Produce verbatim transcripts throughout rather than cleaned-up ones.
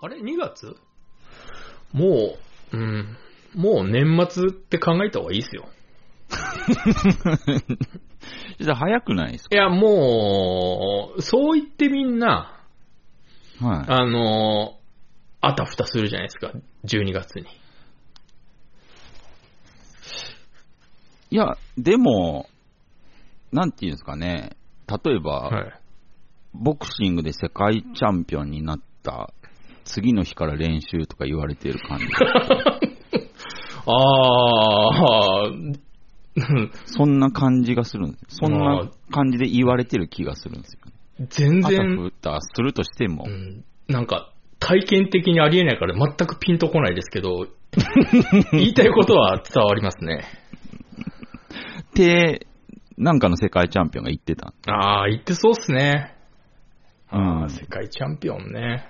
あれ ?にがつ？ もう、うん、もう年末って考えた方がいいですよ。 じゃあ早くないですか？ いや、もう、そう言ってみんな、 はい。 あの、あたふたするじゃないですか、じゅうにがつに。 いや、でも、なんていうんですかね、例えば、 はい、 ボクシングで世界チャンピオンになった次の日から練習とか言われてる感じ。 ああ、 そんな感じがするんです。そんな感じで言われてる気がするんですよ。 全然。 あたふたするとしても、 うん、なんか体験的にありえないから全くピンとこないですけど、言いたいことは伝わりますね。 って、なんかの世界チャンピオンが言ってた。 ああ、言ってそうっすね。ああ、 うん、 世界チャンピオンね。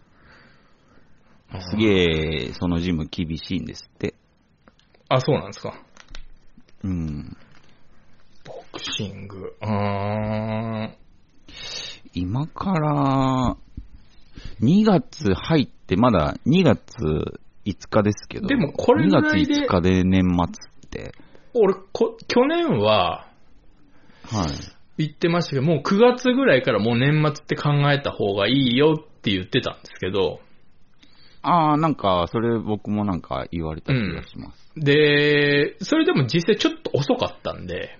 すげえ、そのジム厳しいんですって。 あ、そうなんですか。 うん。 ボクシング。うーん。 今からにがつ入ってまだにがついつかですけど。 でもこれぐらいで。 にがついつかで年末って。 俺こ去年は。 はい。 言ってましたけど、もうくがつぐらいからもう年末って考えた方がいいよって言ってたんですけど。 ああ、なんか、それ僕もなんか言われた気がします。 うん、で、それでも実際ちょっと遅かったんで。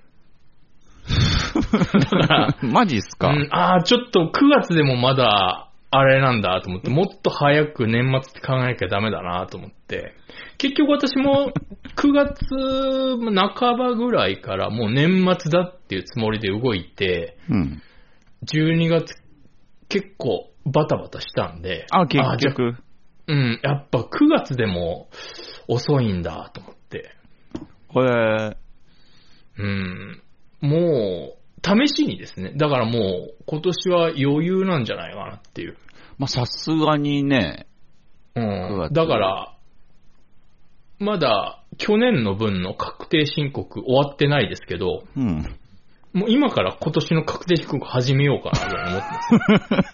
だから、 マジっすか、 うん、ああ、ちょっとくがつでもまだ、あれなんだと思って、もっと早く年末って考えなきゃダメだなと思って。結局私もくがつなかばぐらいからもう年末だっていうつもりで動いて、 うん、 じゅうにがつ結構バタバタしたんで。 あ、結局。 うん、やっぱくがつでも遅いんだと思って。 これ、 うん、もう、試しにですね。だからもう、今年は余裕なんじゃないかなっていう。 まあ、さすがにね。 うん。だから、まだ、去年の分の確定申告終わってないですけど、 うん。 もう今から今年の確定申告始めようかなと思ってます。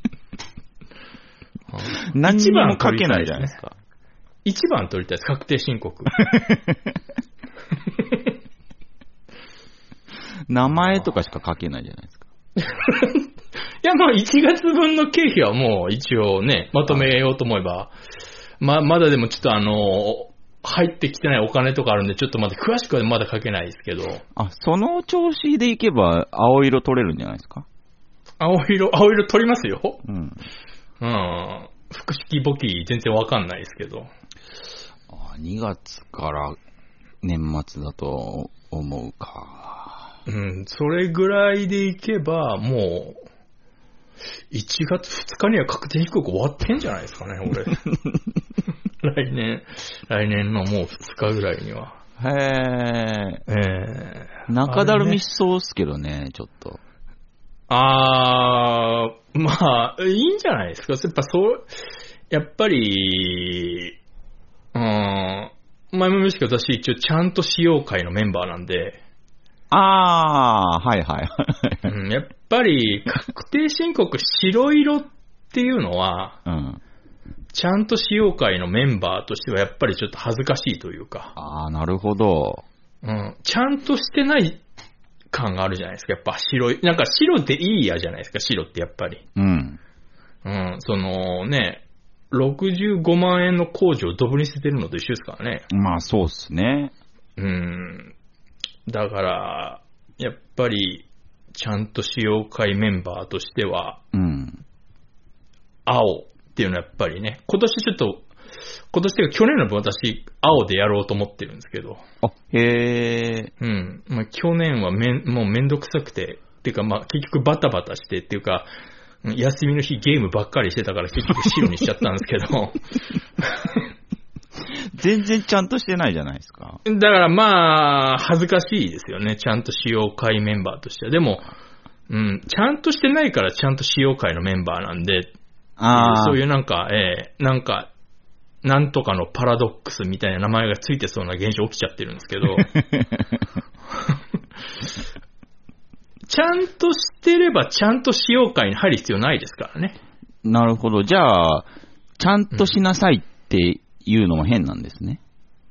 何にも書けないじゃないですか。 一番取りたいです、確定申告。 名前とかしか書けないじゃないですか。 いや、まあいちがつぶんの経費はもう一応ね、まとめようと思えば、ま、まだでもちょっとあの、入ってきてないお金とかあるんで、ちょっとまだ詳しくはまだ書けないですけど。 あ、その調子でいけば青色取れるんじゃないですか？ 青色、青色取りますよ。 うん。 うん。複式簿記全然わかんないですけど。 あ、にがつから年末だと思うか。 うん、それぐらいでいけば、もう、いちがつふつかには確定申告終わってんじゃないですかね、俺。来年、来年のもうふつかぐらいには。 へえ。 えー。中だるみしそうっすけどね、ちょっと。 あー、まあ、いいんじゃないですか。やっぱそう、やっぱり、うん、前も言いましたけど、私一応ちゃんと使用会のメンバーなんで。 あー、はいはい。 うん、やっぱり、確定申告白色っていうのは、 うん、 ちゃんと使用会のメンバーとしてはやっぱりちょっと恥ずかしいというか。 あー、なるほど。 うん、ちゃんとしてない感があるじゃないですか。やっぱ白い、なんか白でいいやじゃないですか、白ってやっぱり。 うん。 うん、そのね、ろくじゅうごまんえんの工事をドブに捨ててるのと一緒ですからね。 まあそうっすね。 うん。だから、やっぱり、ちゃんと使用会メンバーとしては、 うん。 青っていうのはやっぱりね、今年ちょっと、今年というか去年の分私、青でやろうと思ってるんですけど。 あ、へー。 うん。まあ去年はめん、もうめんどくさくて、っていうかまあ結局バタバタしてっていうか、休みの日ゲームばっかりしてたから結局白にしちゃったんですけど。 全然ちゃんとしてないじゃないですか。 だからまあ、恥ずかしいですよね。ちゃんと使用会メンバーとしては。でも、うん、ちゃんとしてないからちゃんと使用会のメンバーなんで、 あそういうなんか、えー、なんか、なんとかのパラドックスみたいな名前がついてそうな現象起きちゃってるんですけど、ちゃんとしてればちゃんと使用会に入る必要ないですからね。 なるほど。じゃあ、ちゃんとしなさいっていうのも変なんですね。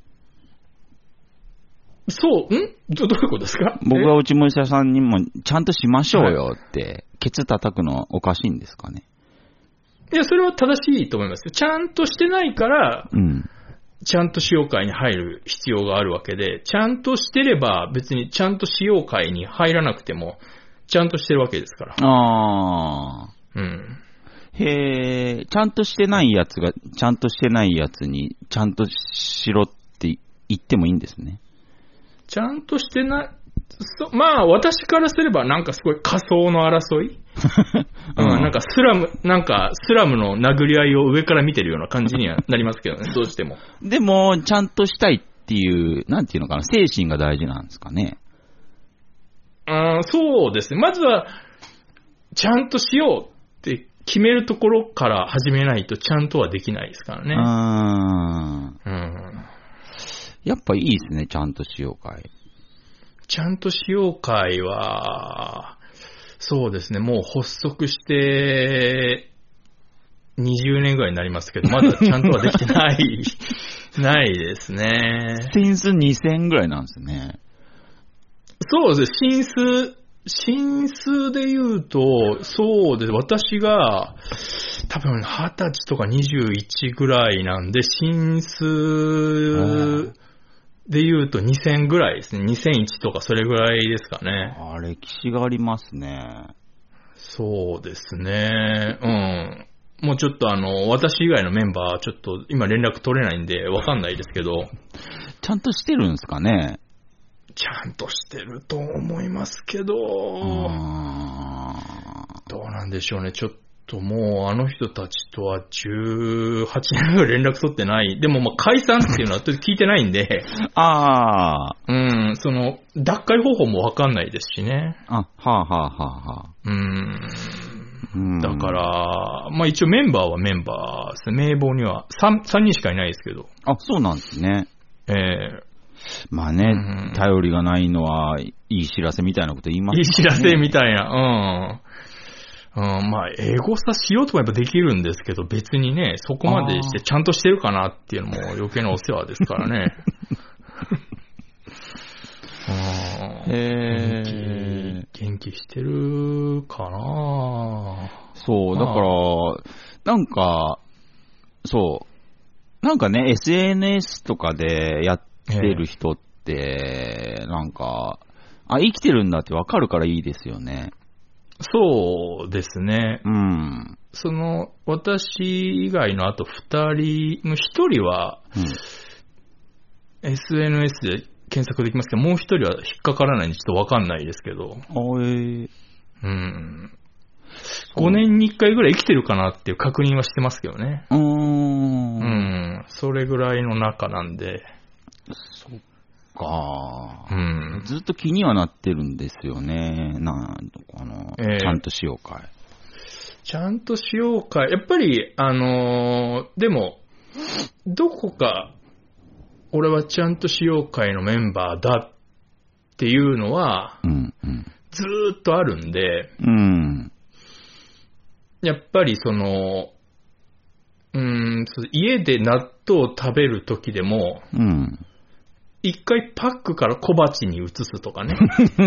うん、そう、んど、どういうことですか？ 僕が落ち武者さんにも、ちゃんとしましょうよって、ケツ叩くのはおかしいんですかね。 いや、それは正しいと思いますよ。ちゃんとしてないから、うん、ちゃんと使用会に入る必要があるわけで、ちゃんとしてれば別にちゃんと使用会に入らなくても、ちゃんとしてるわけですから。 ああ。 うん。 へえ、ちゃんとしてないやつが、ちゃんとしてないやつに、ちゃんとしろって言ってもいいんですね。 ちゃんとしてない、そまあ私からすればなんかすごい仮想の争い、うん、なんかスラム、なんかスラムの殴り合いを上から見てるような感じにはなりますけどね、どうしても。 でも、ちゃんとしたいっていう、なんていうのかな、精神が大事なんですかね。 あ、そうですね。まずは、ちゃんとしようって決めるところから始めないとちゃんとはできないですからね。 あうん。 やっぱいいですね、ちゃんとしよう会。 ちゃんとしよう会は、そうですね、もう発足してにじゅうねんぐらいになりますけど、まだちゃんとはできてない、ないですね。 新数にせんぐらいなんですね。 そうです。新数、新数で言うと、そうです。私が、多分はたちとかにじゅういちぐらいなんで、新数で言うとにせんぐらいですね。にせんいちとかそれぐらいですかね。 あ、歴史がありますね。 そうですね。うん。もうちょっとあの、私以外のメンバー、ちょっと今連絡取れないんでわかんないですけど。 ちゃんとしてるんですかね？ ちゃんとしてると思いますけど、 あどうなんでしょうね。ちょっともうあの人たちとはじゅうはちねんぐらい連絡取ってない。でもまあ解散っていうのは聞いてないんで、 ああ、 うん、その脱会方法もわかんないですしね。 あ、はあはあはあはあ。 うん。だから、まあ一応メンバーはメンバーですね。名簿には 3, さんにんしかいないですけど。 あ、そうなんですね。 ええーまあね、うん、頼りがないのはいい知らせみたいなこと言いますね。 いい知らせみたいな。うん。うん、まあ、エゴサしようともやっぱできるんですけど、別にね、そこまでしてちゃんとしてるかなっていうのも余計なお世話ですからね。 へー。元気してるかな。 そう、だから、なんか、そう、なんかね、エスエヌエス とかでやってる人って、なんか、あ、生きてるんだってわかるからいいですよね。 そうですね。 うん。 その、私以外のあと二人、もう一人は、エスエヌエス で検索できますけど、もう一人は引っかからないんでちょっとわかんないですけど。 あえー、 うん。ごねんにいっかいぐらい生きてるかなっていう確認はしてますけどね。 うーん。 うん。それぐらいの中なんで。 そっか。 うん。 ずっと気にはなってるんですよね。なんあの、えー、ちゃんとしようかい。 ちゃんとしようかい。やっぱり、あのー、でも、どこか、俺はちゃんとしよう会のメンバーだっていうのは、 うんうん、 ずーっとあるんで、 うん、 やっぱりその、うーん、家で納豆を食べるときでも、 うん、 一回パックから小鉢に移すとかね。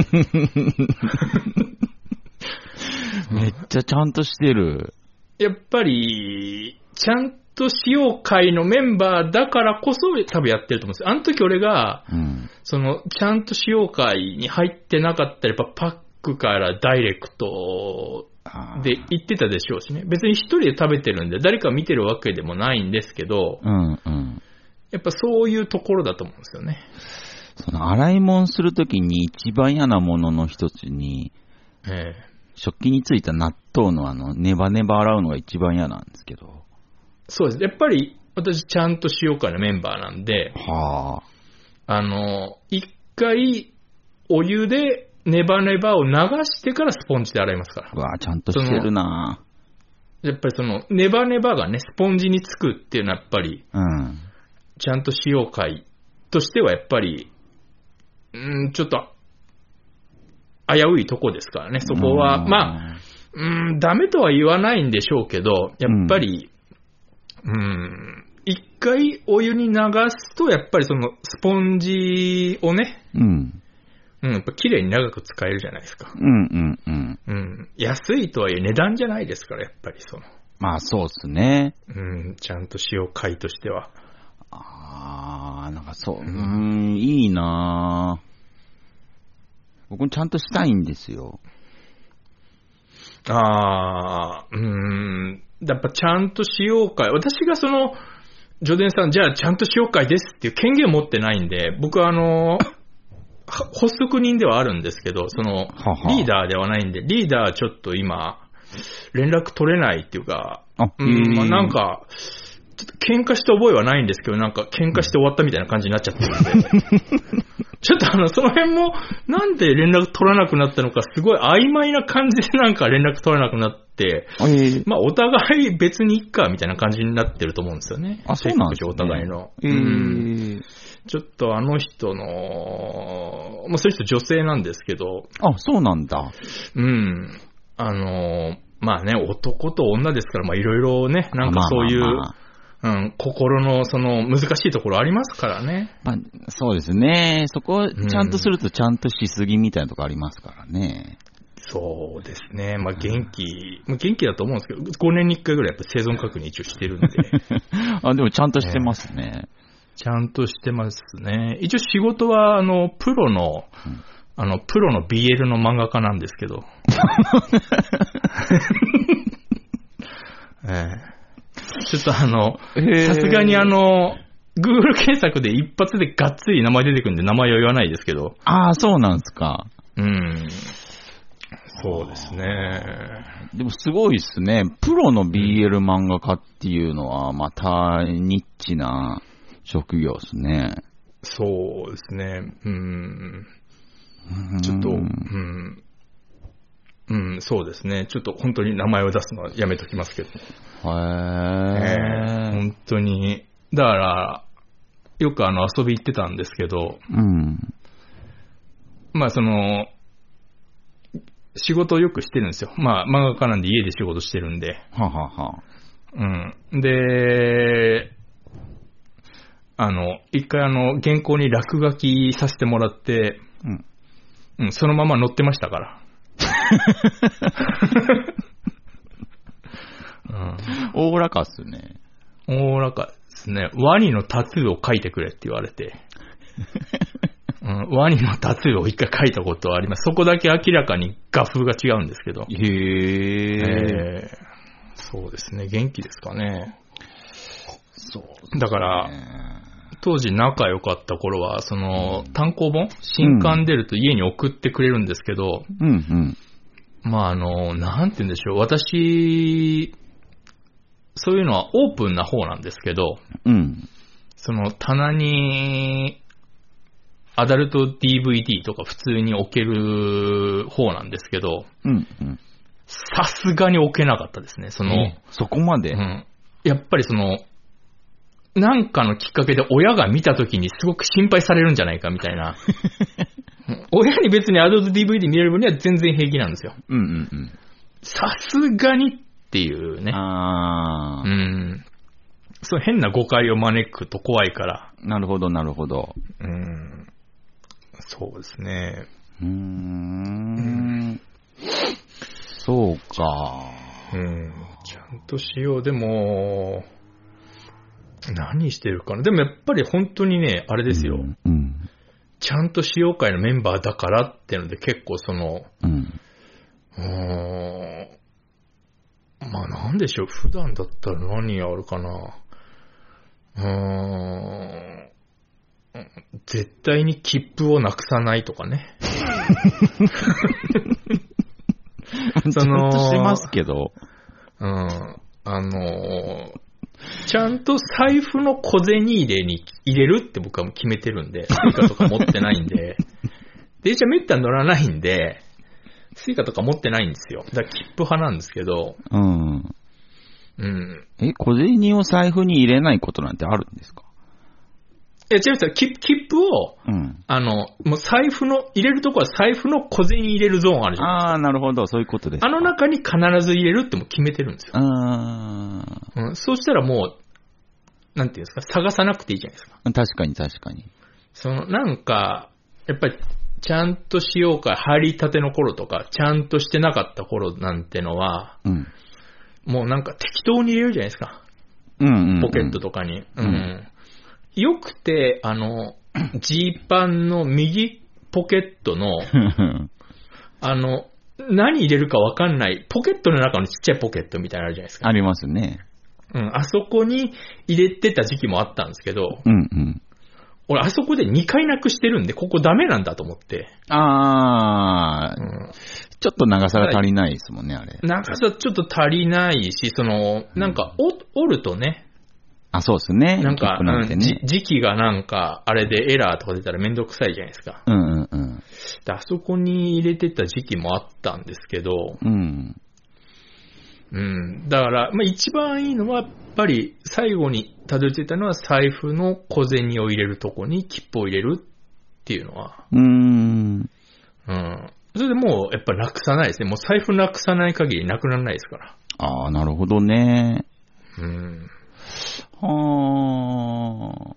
めっちゃちゃんとしてる。 やっぱり、ちゃんとしよう会のメンバーだからこそ多分やってると思うんですよ。あの時俺が、 うん、 その、ちゃんとしよう会に入ってなかったら、やっぱパックからダイレクトで行ってたでしょうしね。別に一人で食べてるんで、誰か見てるわけでもないんですけど、 うんうん、 やっぱそういうところだと思うんですよね。 その洗い物するときに一番嫌なものの一つに、 ええ、 食器についた納豆のあの、ネバネバ洗うのが一番嫌なんですけど。 そうです。やっぱり私ちゃんとしよう会のメンバーなんで、 はあ、あの、一回お湯でネバネバを流してからスポンジで洗いますから。 うわぁ、ちゃんとしてるなぁ。やっぱりそのネバネバがね、スポンジにつくっていうのはやっぱり、 うん、 ちゃんとしよう会としてはやっぱり、うん、ちょっと危ういとこですからね。そこは、まあ、 うん、ダメとは言わないんでしょうけど、やっぱり、うん、うん一回お湯に流すと、やっぱりそのスポンジをね、 うん。 うん、やっぱ綺麗に長く使えるじゃないですか。 うんうんうん。 うん。安いとはいえ値段じゃないですから、やっぱりその。 まあそうっすね。 うん、ちゃんと塩貝としては。 あー、なんかそう、うーん、いいなぁ。僕もちゃんとしたいんですよ。 あー、うーん。やっぱちゃんと塩貝、私がその、ジョデンさん、じゃあちゃんと塩貝ですっていう権限を持ってないんで、僕はあの、発足人ではあるんですけど、その、 ははリーダーではないんで、リーダーちょっと今、連絡取れないっていうか、 あ、 うん、まあ、なんか、ちょっと喧嘩した覚えはないんですけど、なんか喧嘩して終わったみたいな感じになっちゃってるんで、ちょっとあの、その辺も、なんで連絡取らなくなったのか、すごい曖昧な感じでなんか連絡取らなくなって、 えー、 まあ、お互い別にいっか、みたいな感じになってると思うんですよね。 あ、そうなんですね。 お互いの。 えー、 うん、ちょっとあの人の、まあ、そういう人女性なんですけど、 あ、そうなんだ。 うん。あの、まあね、男と女ですから、まあいろいろね、なんかそういう、まあまあまあうん、心のその難しいところありますからね。 まあ、そうですね。そこちゃんとするとちゃんとしすぎみたいなとこありますからね。 うん、そうですね。まあ元気、まあ、元気だと思うんですけど、ごねんにいっかいぐらいやっぱ生存確認一応してるんで。 あ、でもちゃんとしてますね。 ちゃんとしてますね。一応仕事は、あの、プロの、うんあの、プロの ビーエル の漫画家なんですけど。ええ、ちょっとあの、さすがにあの、Google 検索で一発でがっつり名前出てくるんで名前は言わないですけど。 ああ、そうなんですか。 うん。そうですね。 でもすごいですね。プロの ビーエル 漫画家っていうのはまたニッチな職業ですね。 そうですね。うん。ちょっと、うん、うん、そうですね。ちょっと本当に名前を出すのはやめときますけど。へー。 えー、本当に。だから、よくあの遊び行ってたんですけど、 うん、 まあその、仕事をよくしてるんですよ。まあ漫画家なんで家で仕事してるんで。 ははは。 うん。で、あの、一回あの、原稿に落書きさせてもらって、うんうん、そのまま乗ってましたから。 うん、大らかっすね。 大らかですね。ワニのタトゥーを描いてくれって言われて、うん、ワニのタトゥーを一回描いたことはあります。そこだけ明らかに画風が違うんですけど。 へー。 えー、そうですね。元気ですかね。 そうですね。 だから、当時仲良かった頃は、その、単行本新刊出ると家に送ってくれるんですけど、 うんうん、 まああの、なんて言うんでしょう。私、そういうのはオープンな方なんですけど、 うん、 その棚に、アダルト ディーブイディー とか普通に置ける方なんですけど、 うんうん、 さすがに置けなかったですね。その、 そこまで、 うん、やっぱりその、なんかのきっかけで親が見たときにすごく心配されるんじゃないかみたいな。親に別にアダルト ディーブイディー 見れる分には全然平気なんですよ。 うんうんうん。 さすがにっていうね。 あー。 うん。そう変な誤解を招くと怖いから。 なるほどなるほど。 うん。そうですね。 うーん。うん、そうか。 うん。ちゃんとしよう。でも、何してるかな。でもやっぱり本当にね、あれですよ。 うんうん、 ちゃんと使用会のメンバーだからっていうので結構その、うん、うーん、まあなんでしょう。普段だったら何やるかな。うーん、絶対に切符をなくさないとかね。 そのちゃんとしますけど。 うん。あの、ちゃんと財布の小銭入れに入れるって僕はもう決めてるんで、スイカとか持ってないんで、電車めったに乗らないんで、スイカとか持ってないんですよ。だから切符派なんですけど、 うん。 うん。 え、小銭を財布に入れないことなんてあるんですか？ え、違う違う、切切符を、 うん。 あの、もう財布の、入れるとこは財布の小銭入れるゾーンあるじゃないですか。 ああ、なるほど。そういうことですか。 あの中に必ず入れるってもう決めてるんですよ。 あうん、そうしたらもう、なんていうんですか、探さなくていいじゃないですか。 あ、確かに確かに。 その、なんか、やっぱり、ちゃんとしようか、入りたての頃とか、ちゃんとしてなかった頃なんてのは、 うん。 もうなんか適当に入れるじゃないですか。 うんうん、うん。 ポケットとかに。うん。 うん、 よくて、あの、ジーパンの右ポケットの、あの、何入れるかわかんない、ポケットの中のちっちゃいポケットみたいなのあるじゃないですか。 ありますね。 うん、あそこに入れてた時期もあったんですけど、 うんうん。 俺あそこでにかいなくしてるんで、ここダメなんだと思って。 ああ、 うん、 ちょっと長さが足りないですもんね、あれ。 長さちょっと足りないし、その、なんか、折るとね、 あ、そうですね。 なんか、 なんてね、 うん、時期がなんか、あれでエラーとか出たらめんどくさいじゃないですか。 うんうんうん。 であそこに入れてた時期もあったんですけど、 うん。 うん。だから、まあ、一番いいのは、やっぱり最後にたどり着いたのは財布の小銭を入れるとこに切符を入れるっていうのは。 うーん。 うん。それでもう、やっぱなくさないですね。もう財布なくさない限りなくならないですから。 ああ、なるほどね。 うん。 はあ。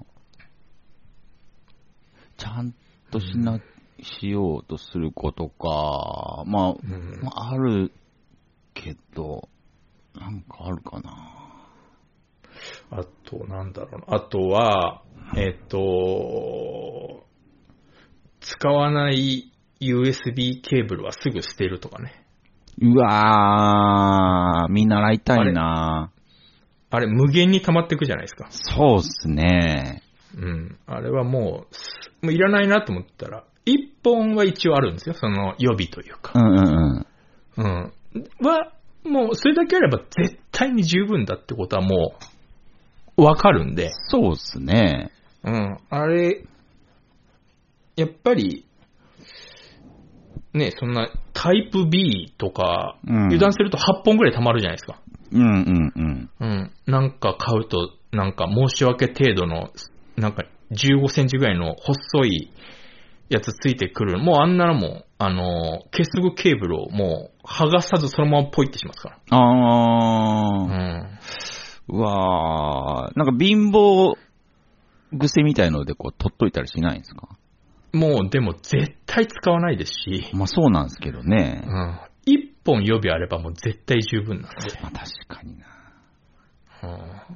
ちゃんとしな、うん、しようとすることか。まあ、うん、まあ、あるけど、なんかあるかな。 あと、なんだろうな。あとは、えっと、使わない ユーエスビー ケーブルはすぐ捨てるとかね。 うわー、見習いたいな。 あれ、無限に溜まっていくじゃないですか。 そうっすね。 うん。あれはもう、もういらないなと思ったら、一本は一応あるんですよ。その予備というか。 うんうんうん。うん。は、もうそれだけあれば絶対に十分だってことはもう、わかるんで。 そうっすね。 うん。あれ、やっぱり、ね、そんなタイプ B とか、うん、油断するとはっぽんぐらい溜まるじゃないですか。 うんうんうん。 うん。なんか買うと、なんか申し訳程度の、なんかじゅうごセンチぐらいの細いやつついてくる。もうあんなのも、あの、結束ケーブルをもう剥がさずそのままポイってしますから。 あー。 うん。 うわー。なんか貧乏癖みたいのでこう取っといたりしないんですか？ もうでも絶対使わないですし。 まあそうなんですけどね。 うん。一本予備あればもう絶対十分なんで。 まあ確かにな。 うん、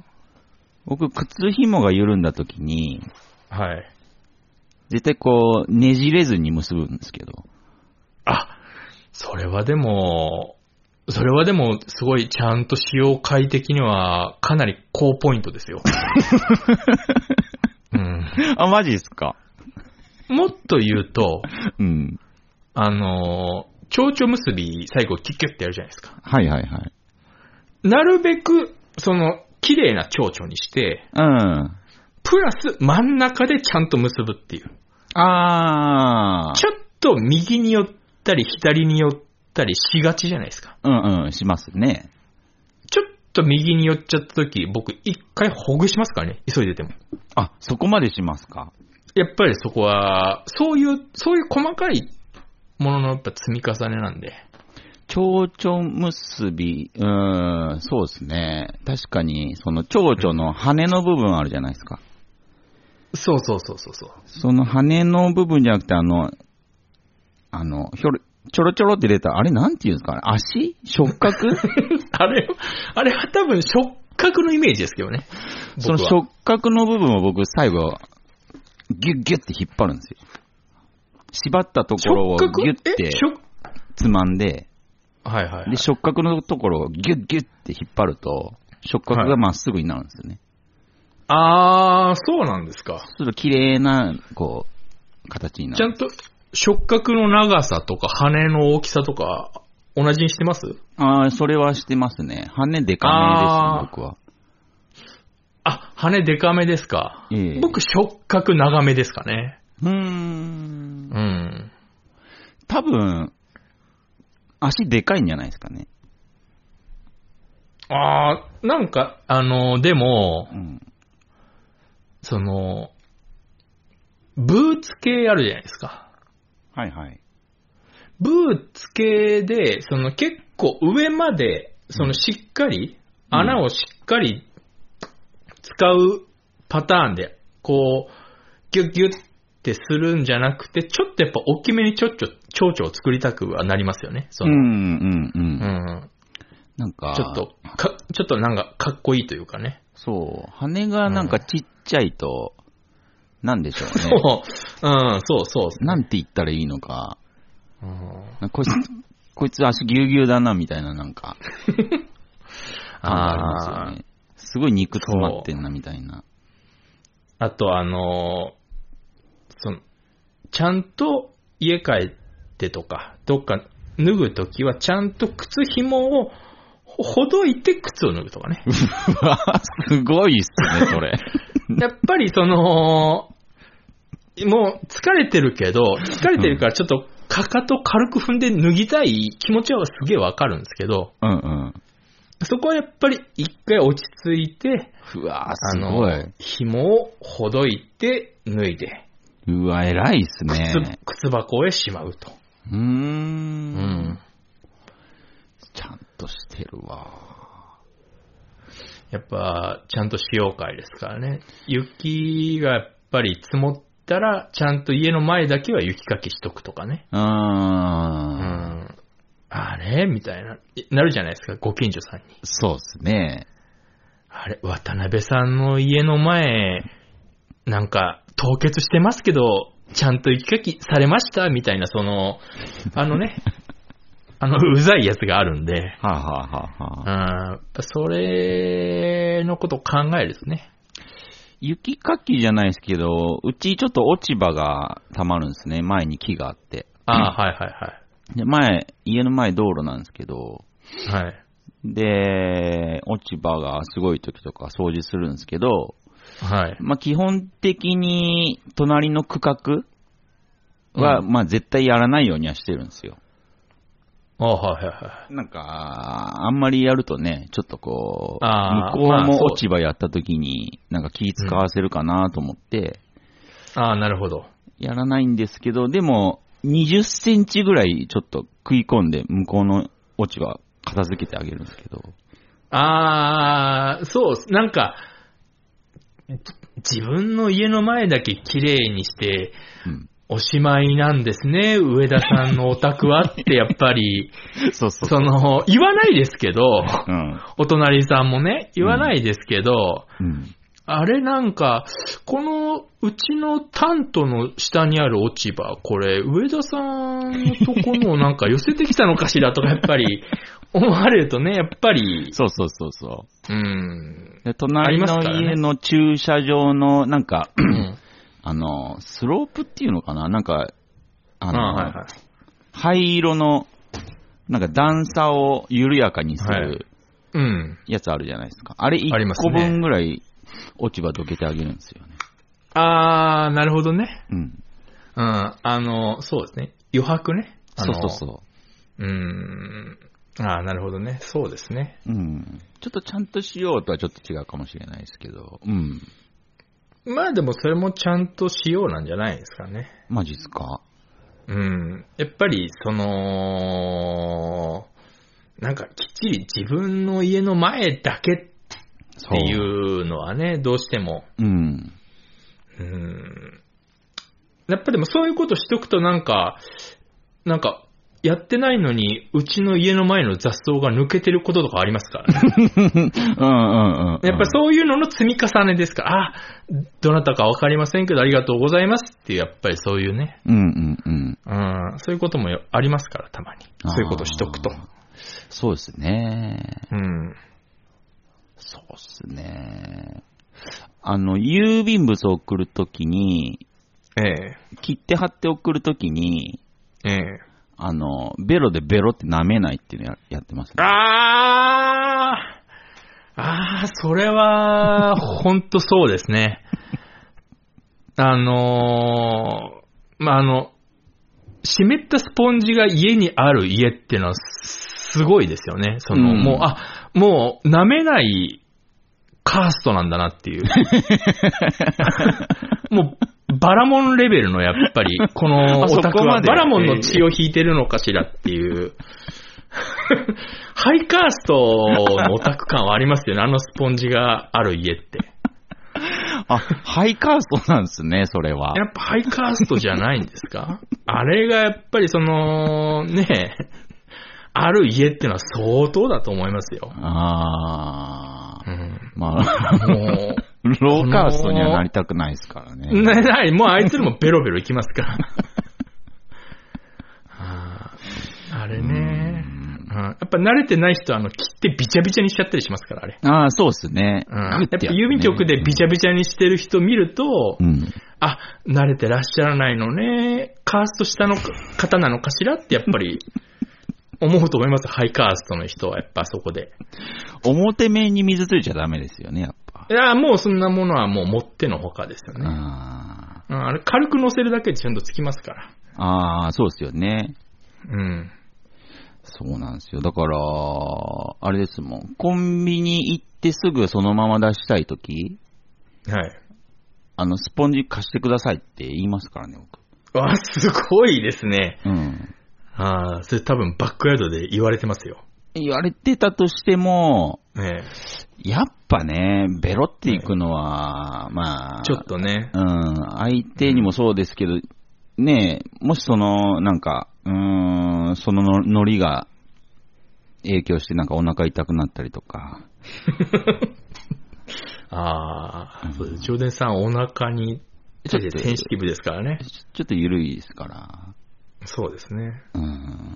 僕、靴紐が緩んだ時に、 はい。 絶対こう、ねじれずに結ぶんですけど。 あ、それはでも、それはでも、すごいちゃんと使用快適にはかなり高ポイントですよ。うん、 あ、マジですか？ もっと言うと、 うん、 あの、蝶々結び最後キュッキュッってやるじゃないですか。 はいはいはい。 なるべく、その、綺麗な蝶々にして、 うん。 プラス真ん中でちゃんと結ぶっていう。 あー。 ちょっと右に寄ったり左に寄ったりしがちじゃないですか。 うんうん、しますね。 ちょっと右に寄っちゃった時、僕一回ほぐしますからね、急いでても。 あ、そこまでしますか？ やっぱりそこは、そういう、そういう細かいもののやっぱ積み重ねなんで。 蝶々結び、うーん、そうですね。確かに、その蝶々の羽の部分あるじゃないですか。 そうそうそうそうそう。 その羽の部分じゃなくて、あの、あの、ひょろ、ちょろちょろって出た、あれなんていうんですかね、足触覚あれ、あれは多分触覚のイメージですけどね。 その触覚の部分を僕最後、ギュッギュッて引っ張るんですよ。縛ったところをギュッてつまんで、 はいはい、はい。 で、触覚のところをギュッギュッて引っ張ると、触覚がまっすぐになるんですよね。 はい、あー、そうなんですか。 ちょっと綺麗な、こう、形になる。 ちゃんと触覚の長さとか羽の大きさとか同じにしてます？ あー、それはしてますね。羽でかめです、僕は。 あ、羽でかめですか。ええ、僕触覚長めですかね。 うーん。うん。多分、足でかいんじゃないですかね。 ああ、なんか、あの、でも、 うん、 その、 ブーツ系あるじゃないですか。 はいはい。 ブーツ系で、その結構上まで、そのしっかり、うん、穴をしっかり使うパターンで、こう、ギュッギュッってするんじゃなくて、ちょっとやっぱ大きめにちょっちょ、蝶々を作りたくはなりますよね。その、 うんうんうん。 うん。なんか、ちょっと、か、ちょっとなんかかっこいいというかね。 そう。羽がなんかちっちゃいと、うん、なんでしょうね。 そう。うん、そうそう、 ね。なんて言ったらいいのか。 うん、 こいつ、こいつ足ぎゅうぎゅうだなみたいななんか。ありますよね。すごい肉詰まってんなみたいな。 あとあの、その、ちゃんと家帰ってとか、どっか脱ぐときはちゃんと靴紐をほどいて靴を脱ぐとかね。 うわ、すごいっすね、それ。 やっぱりその、もう疲れてるけど、疲れてるからちょっとかかと軽く踏んで脱ぎたい気持ちはすげえわかるんですけど、 うんうん。 そこはやっぱり一回落ち着いて、 うわ、すごい。 あの、紐をほどいて脱いで、 うわ、偉いっすね。 靴、靴箱へしまうと。 うーん。うん。ちゃんとしてるわ。 やっぱ、ちゃんと使用会ですからね。雪がやっぱり積もったら、ちゃんと家の前だけは雪かきしとくとかね。 うーん。 うん。あれみたいな、なるじゃないですか、ご近所さんに。 そうですね。 あれ、渡辺さんの家の前、なんか、凍結してますけど、ちゃんと雪かきされましたみたいな、その、あのね、あの、うざいやつがあるんで、 はあ、はあはあはあ、それのことを考えるとね。 雪かきじゃないですけど、うちちょっと落ち葉が溜まるんですね。前に木があって。 ああ、はいはいはい。 で、前、家の前道路なんですけど、 はい。 で、落ち葉がすごい時とか掃除するんですけど、 はい。 まあ、基本的に隣の区画は、うん、まあ、絶対やらないようにはしてるんですよ。 ああ、はいはいはい。 なんか、あんまりやるとね、ちょっとこう、 あ向こうも落ち葉やった時に、なんか気使わせるかなと思って、 うん、ああ、なるほど。 やらないんですけど、でも、にじゅっセンチぐらいちょっと食い込んで、向こうの落ち葉片付けてあげるんですけど。 ああ、そう、なんか、自分の家の前だけ綺麗にして、うん、おしまいなんですね、上田さんのお宅はってやっぱり、 そうそうそう、 その、言わないですけど、 うん、 お隣さんもね、言わないですけど、 うんうん、 あれなんか、このうちのタントの下にある落ち葉、これ、上田さんのとこのなんか寄せてきたのかしらとかやっぱり思われるとね、やっぱり。 そうそうそうそう。 うん。 で隣の家の駐車場のなんか、 うん、 あの、スロープっていうのかななんか、あの、 あはいはい、 灰色の、なんか段差を緩やかにするやつあるじゃないですか。はい、うん、あれいっこぶんぐらい落ち葉どけてあげるんですよね。 あー、なるほどね。 うん。 うん。あの、そうですね。余白ね。 そうそうそう。 うーん。あー、なるほどね。そうですね。 うん。ちょっとちゃんとしようとはちょっと違うかもしれないですけど。うん。 まあでもそれもちゃんとしようなんじゃないですかね。 マジっすか？ うん。やっぱり、その、なんかきっちり自分の家の前だけっていうのはね、どうしても。 うん。 うん。やっぱでもそういうことしとくとなんか、なんか、やってないのに、うちの家の前の雑草が抜けてることとかありますからね。 うんうんうん、 やっぱりそういうのの積み重ねですから、あ、どなたかわかりませんけどありがとうございますっていう、やっぱりそういうね。 うんうんうん。 うん、そういうこともありますから、たまに。そういうことしとくと。 そうですね。 うん。 そうですね。あの、郵便物を送るときに、 ええ。 切って貼って送るときに、 ええ。 あの、ベロでベロって舐めないっていうのや、やってますね。 あーあー、それは、ほんとそうですね。あのー、まあ、あの、湿ったスポンジが家にある家っていうのはすごいですよね。その、うん、もう、あ、もう舐めないカーストなんだなっていう。もう、 バラモンレベルのやっぱり、このオタクは、バラモンの血を引いてるのかしらっていう、ハイカーストのオタク感はありますよね、あのスポンジがある家って。 あ、ハイカーストなんですね、それは。 やっぱハイカーストじゃないんですか？あれがやっぱりその、ねえ、ある家っていうのは相当だと思いますよ。 ああ、うん、まあ、もう、 ローカーストにはなりたくないですからね。 な、ない、もうあいつらもベロベロいきますから。あ, あれね、うん、やっぱ慣れてない人はあの切ってビチャビチャにしちゃったりしますから、あれ。 ああ、そうですね。 うん、やっぱ郵便局でビチャビチャにしてる人見ると、うん、あ、慣れてらっしゃらないのね、カースト下の方なのかしらってやっぱり思うと思います。ハイカーストの人はやっぱそこで。 表面に水ついちゃダメですよね、やっぱ。 いや、もうそんなものはもう持ってのほかですよね。 あ, うん、あれ軽く乗せるだけでちゃんとつきますから。 ああ、そうですよね。 うん。 そうなんですよ。だから、あれですもん。コンビニ行ってすぐそのまま出したいとき、 はい。 あの、スポンジ貸してくださいって言いますからね、僕。 あ、すごいですね。 うん。 ああ、それ多分バックヤードで言われてますよ。 言われてたとしても、 ね、 やっぱね、ベロっていくのは、ね、まあ、 ちょっとね。 うん、相手にもそうですけど、うん、ねえ、もしその、なんか、うーん、そののノリが影響してなんかお腹痛くなったりとか。 ああ、そうです。ジョーデンさんお腹にちょっとセンシティブですからね。 ちょっと緩いですから。 そうですね。 うん。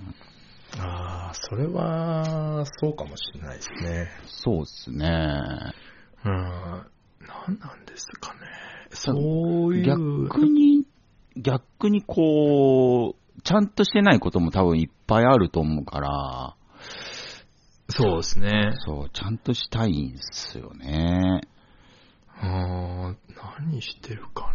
ああ、それは、そうかもしれないですね。 そうですね。 うん。何なんですかね。そういう。 逆に、逆にこう、ちゃんとしてないことも多分いっぱいあると思うから。 そうですね。 そう、ちゃんとしたいんですよね。 ああ、何してるか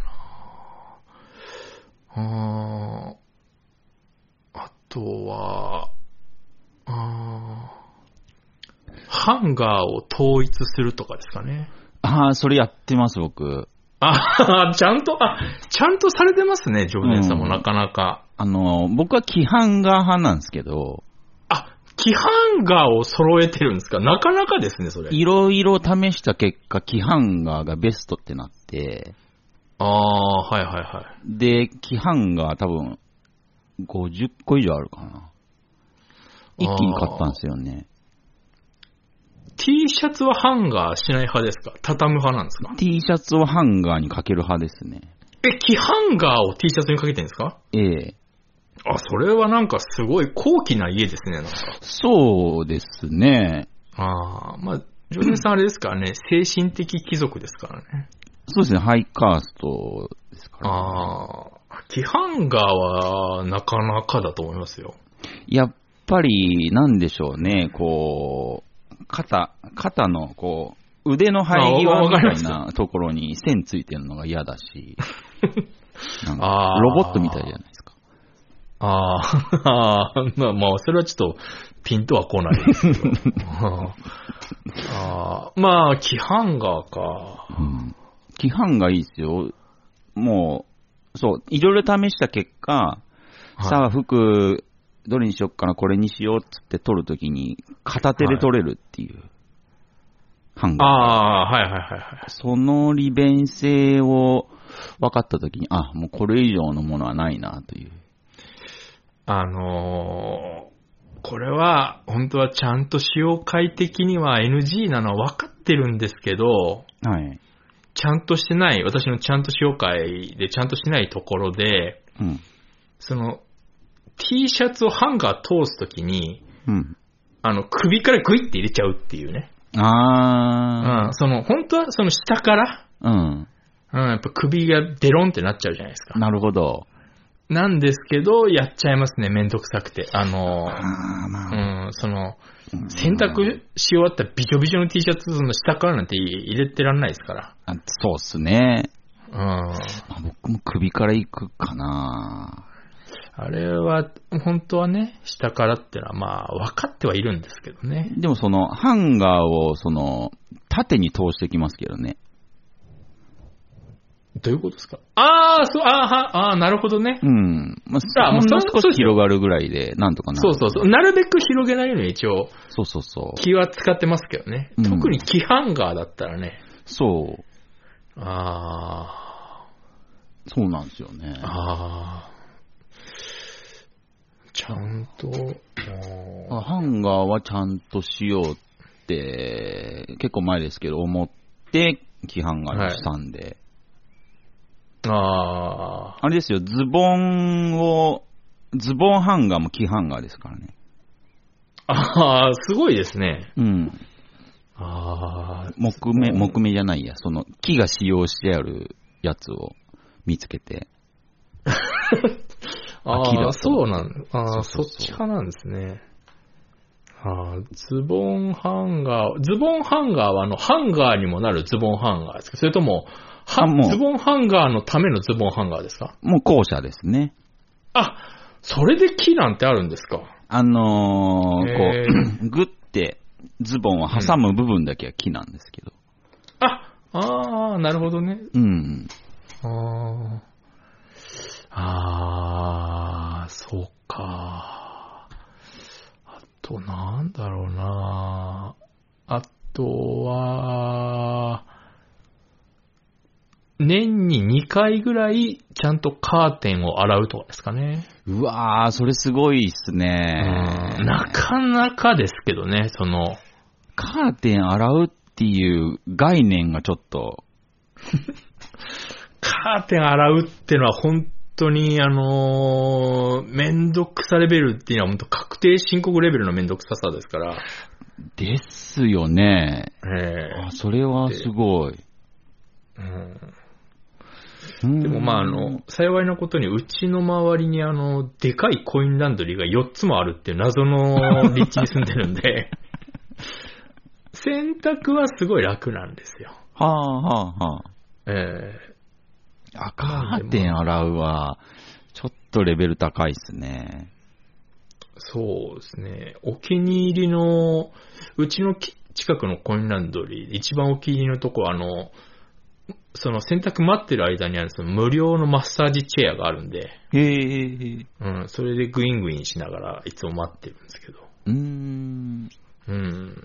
な。ああ、あとは、あハンガーを統一するとかですかね。 ああ、それやってます、僕。 ああ、ちゃんと、あ、ちゃんとされてますね、ジョーデンさんもなかなか。 あの、僕はキハンガー派なんですけど。 あ、キハンガーを揃えてるんですか？なかなかですね、それ。 いろいろ試した結果、キハンガーがベストってなって。 ああ、はいはいはい。 で、キハンガー多分、ごじゅっこ以上あるかな。一気に買ったんですよね。 T シャツはハンガーしない派ですか？畳む派なんですか？ T シャツをハンガーにかける派ですね。 え、キハンガーを T シャツにかけてるんですか？ ええ。 あ、それはなんかすごい高貴な家ですね、なんか。 そうですね。 ああ、まあ、ジョネさんあれですからね、精神的貴族ですからね。 そうですね、ハイカーストですから、ね。 ああ、キハンガーはなかなかだと思いますよ。 やっぱり、なんでしょうね、こう、肩、肩の、こう、腕の生え際みたいなところに線ついてるのが嫌だし、なんかロボットみたいじゃないですか。 ああ、まあまあ、それはちょっとピンとは来ないですけど。あまあ、キハンガーか。 うん、キハンガーいいですよ。もう、そう、いろいろ試した結果、はい、さあ服、どれにしよっかな、これにしようっつって取るときに、片手で取れるっていう、はい、ハンガー。 ああ、はいはいはいはい。 その利便性を分かったときに、あ、もうこれ以上のものはないなという。 あのー、これは、本当はちゃんと使用快適には エヌジー なのは分かってるんですけど、 はい。 ちゃんとしてない、私のちゃんと使用会でちゃんとしてないところで、 うん、 その、T シャツをハンガー通すときに、 うん、 あの、首からグイって入れちゃうっていうね。 あー。 うん、その、本当はその下から、 うん。 うん、やっぱ首がデロンってなっちゃうじゃないですか。 なるほど。 なんですけど、やっちゃいますね、めんどくさくて。あの、 あまあ、 うん、その、洗濯し終わったビチョビチョの T シャツの下からなんて入れてらんないですから。 あそうっすね。 うん。 まあ、僕も首から行くかな。 あれは、本当はね、下からってのはまあ、分かってはいるんですけどね。 でもその、ハンガーを、その、縦に通してきますけどね。 どういうことですか？ああ、そう、あーは、あーなるほどね。 うん。まあ、 あもうほんの少そそうし広がるぐらいで、なんとかなる。 そうそうそう。なるべく広げないように一応、 そうそうそう。 気は使ってますけどね。 うん特にキーハンガーだったらね。 そう。 あそうなんですよね。 あ、ああ。ちゃんと、あハンガーはちゃんとしようって、結構前ですけど、思って、キハンガーにしたんで。 あ、ああ。 あれですよ、ズボンを、ズボンハンガーもキハンガーですからね。 ああ、すごいですね。 うん。 ああ。 木目、木目じゃないや、その木が使用してあるやつを見つけて。 ああ、そうなんああ、 そうそうそうそっち派なんですね。ああ、ズボンハンガー、ズボンハンガーはあの、ハンガーにもなるズボンハンガーですか？それとも、はもうズボンハンガーのためのズボンハンガーですか？ もう後者ですね。 あ、それで木なんてあるんですか？ あのー、 へこう、グッてズボンを挟む部分だけは木なんですけど。 あ、ああ、なるほどね。 うん。 ああ、ああ、そうか。あと、なんだろうな。あとは、年ににかいぐらいちゃんとカーテンを洗うとかですかね。 うわー、それすごいっすね。 なかなかですけどね、その。 カーテン洗うっていう概念がちょっと。 カーテン洗うってのは本当に、あのー、めんどくさレベルっていうのは本当確定申告レベルのめんどくささですから。 ですよね。 えー、 あ、それはすごい。 うん、でもまああの、幸いなことにうちの周りにあの、でかいコインランドリーがよっつもあるっていう謎の立地に住んでるんで、洗濯はすごい楽なんですよ。 はあはあはあ。 えー、あ、カーテン洗うは、ちょっとレベル高いっすね。 そうですね。お気に入りの、うちの近くのコインランドリー、一番お気に入りのとこはあの、その洗濯待ってる間にあるその無料のマッサージチェアがあるんで、 へー。 うん、それでグイングインしながらいつも待ってるんですけど。 うーん。 うん。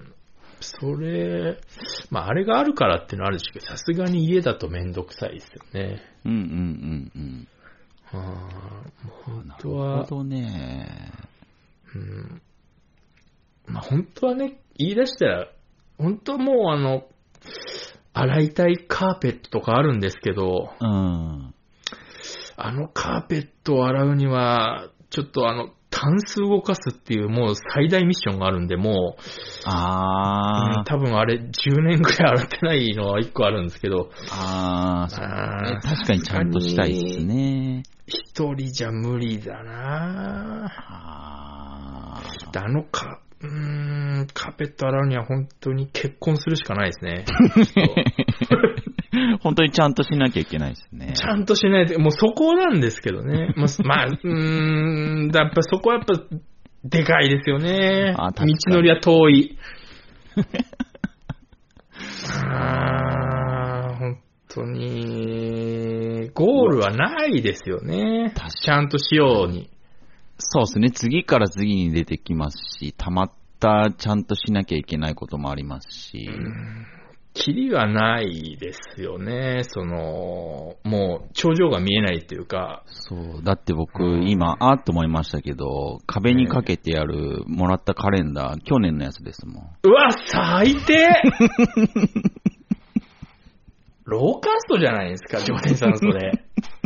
それ、まああれがあるからっていうのはあるんですけど、さすがに家だとめんどくさいですよね。 うんうんうんうん。 はあ、本当なは。 るほどね。 うん。まあ本当はね、言い出したら、本当はもうあの、洗いたいカーペットとかあるんですけど、 うん。 あのカーペットを洗うには、ちょっとあの、タンス動かすっていうもう最大ミッションがあるんで、もう、 あー、 うん、多分あれじゅうねんぐらい洗ってないのはいっこあるんですけど、 あー、そうあー確かにちゃんとしたいですね。 一人じゃ無理だなあぁ。あのか、うーん、カーペット洗うには本当に結婚するしかないですね。 本当にちゃんとしなきゃいけないですね。 ちゃんとしないと、もうそこなんですけどね。まあ、まあ、うーん、やっぱそこはやっぱ、でかいですよね。 あ、 道のりは遠い。あー、本当に、ゴールはないですよね。ちゃんとしように。 そうですね。次から次に出てきますし、たまったちゃんとしなきゃいけないこともありますし。 キリがないですよね。その、もう頂上が見えないっていうか。 そう。だって僕、今、あーっと思いましたけど、壁にかけてやる、もらったカレンダー、去年のやつですもん。 うわ、最低ローカーストじゃないですか、常連さんのそれ。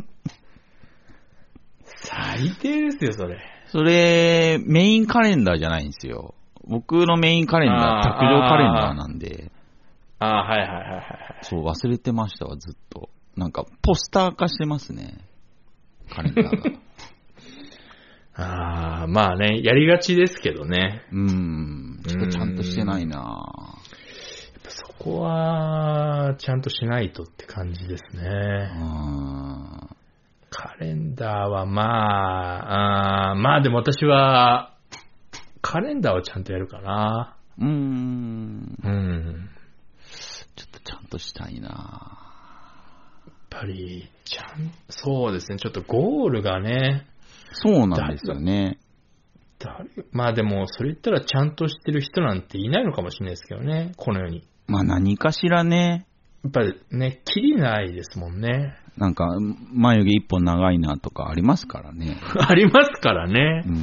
最低ですよ、それ。 それ、メインカレンダーじゃないんですよ。僕のメインカレンダー、卓上カレンダーなんで。 ああ、はいはいはいはい。 そう、忘れてましたわ、ずっと。なんか、ポスター化してますね。カレンダーが。 ああ、まあね、やりがちですけどね。 うーん。ちょっとちゃんとしてないなぁ。 そこは、ちゃんとしないとって感じですね。 うんカレンダーはまあ、あまあでも私は、カレンダーはちゃんとやるかな。 うーん。 うん。 ちょっとちゃんとしたいなぱり、ちゃん、そうですね、ちょっとゴールがね。 そうなんですよね。 誰まあでも、それ言ったらちゃんとしてる人なんていないのかもしれないですけどね、この世に。 まあ何かしらね。 やっぱりね、キリないですもんね。 なんか、眉毛一本長いなとかありますからね。 ありますからね。 うん。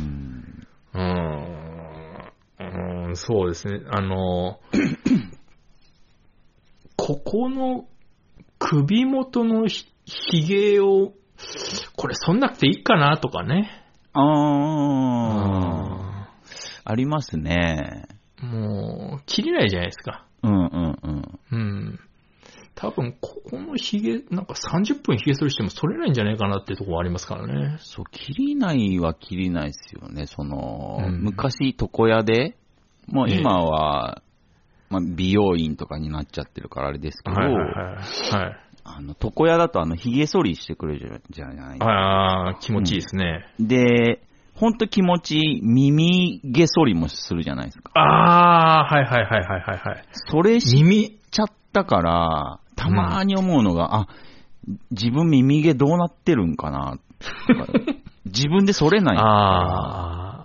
うーん。うん、そうですね。あの、ここの首元のひ髭を、これそんなくていいかなとかね。 ああ、ありますね。 もう、切れないじゃないですか。 うんうんうん。 うん。多分、ここの髭、なんかさんじゅっぷん髭剃りしても剃れないんじゃないかなっていうところありますからね。 そう、切りないは切りないですよね。その、 うん、 昔床屋で、もう今は、えー、まあ、美容院とかになっちゃってるからあれですけど、 はいはいはい。はい、 あの、床屋だとあの、髭剃りしてくれるじゃないですか。 ああ、気持ちいいですね。 うん、で、ほんと気持ちいい耳毛剃りもするじゃないですか。 ああ、はいはいはいはいはいはい。 それしちゃったから、たまーに思うのが、うん、あ、自分耳毛どうなってるんかな自分で剃れないから、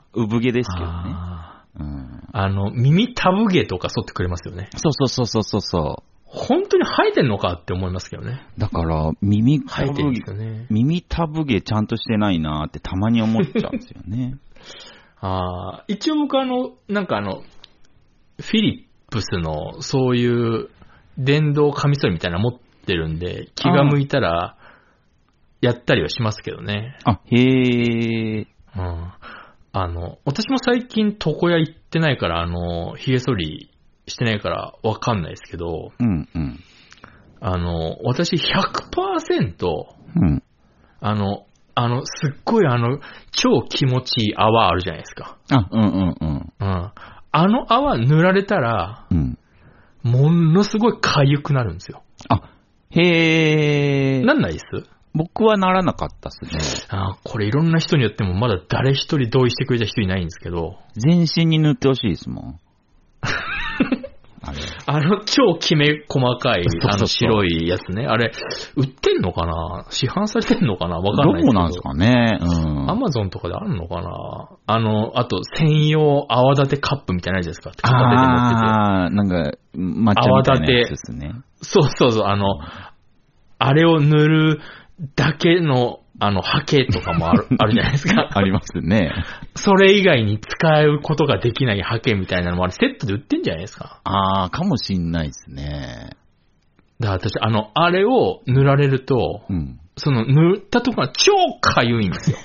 産毛ですけどね。うん、 あの、耳たぶ毛とか剃ってくれますよね。 そうそうそうそうそうそう。 本当に生えてんのかって思いますけどね。 だから、耳生えてるんですよね。 耳たぶ毛ちゃんとしてないなってたまに思っちゃうんですよね。 ああ、一応僕あの、なんかあの、フィリップスのそういう電動カミソリみたいなの持ってるんで、気が向いたらやったりはしますけどね。 あ、へー。 うん。あの、私も最近床屋行ってないから、あの、髭剃りしてないからわかんないですけど、 うんうん。 あの、私 ひゃくパーセント、 うん、 あの、あの、すっごいあの、超気持ちいい泡あるじゃないですか。 あ、うんうんうん。 うん。あの泡塗られたら、 うん、 ものすごい痒くなるんですよ。 あ、へー。 なんないです？ 僕はならなかったっすね。 あ、これいろんな人によってもまだ誰一人同意してくれた人いないんですけど。 全身に塗ってほしいですもん。あれあの超きめ細かい、あの白いやつね。あれ、売ってんのかな？市販されてんのかな？わかんないですけど。 どうなんですかね。うん。 アマゾンとかであるのかな？あの、あと専用泡立てカップみたいなやつですか？片手で持ってて。 あー、なんか、抹茶みたいなやつですね。 そうそうそう、あの、あれを塗るだけの、あの、ハケとかもある、あるじゃないですか。 ありますね。 それ以外に使うことができないハケみたいなのもあれセットで売ってんじゃないですか。 あー、かもしんないですね。 だから私、あの、あれを塗られると、うん、その塗ったところが超かゆいんですよ。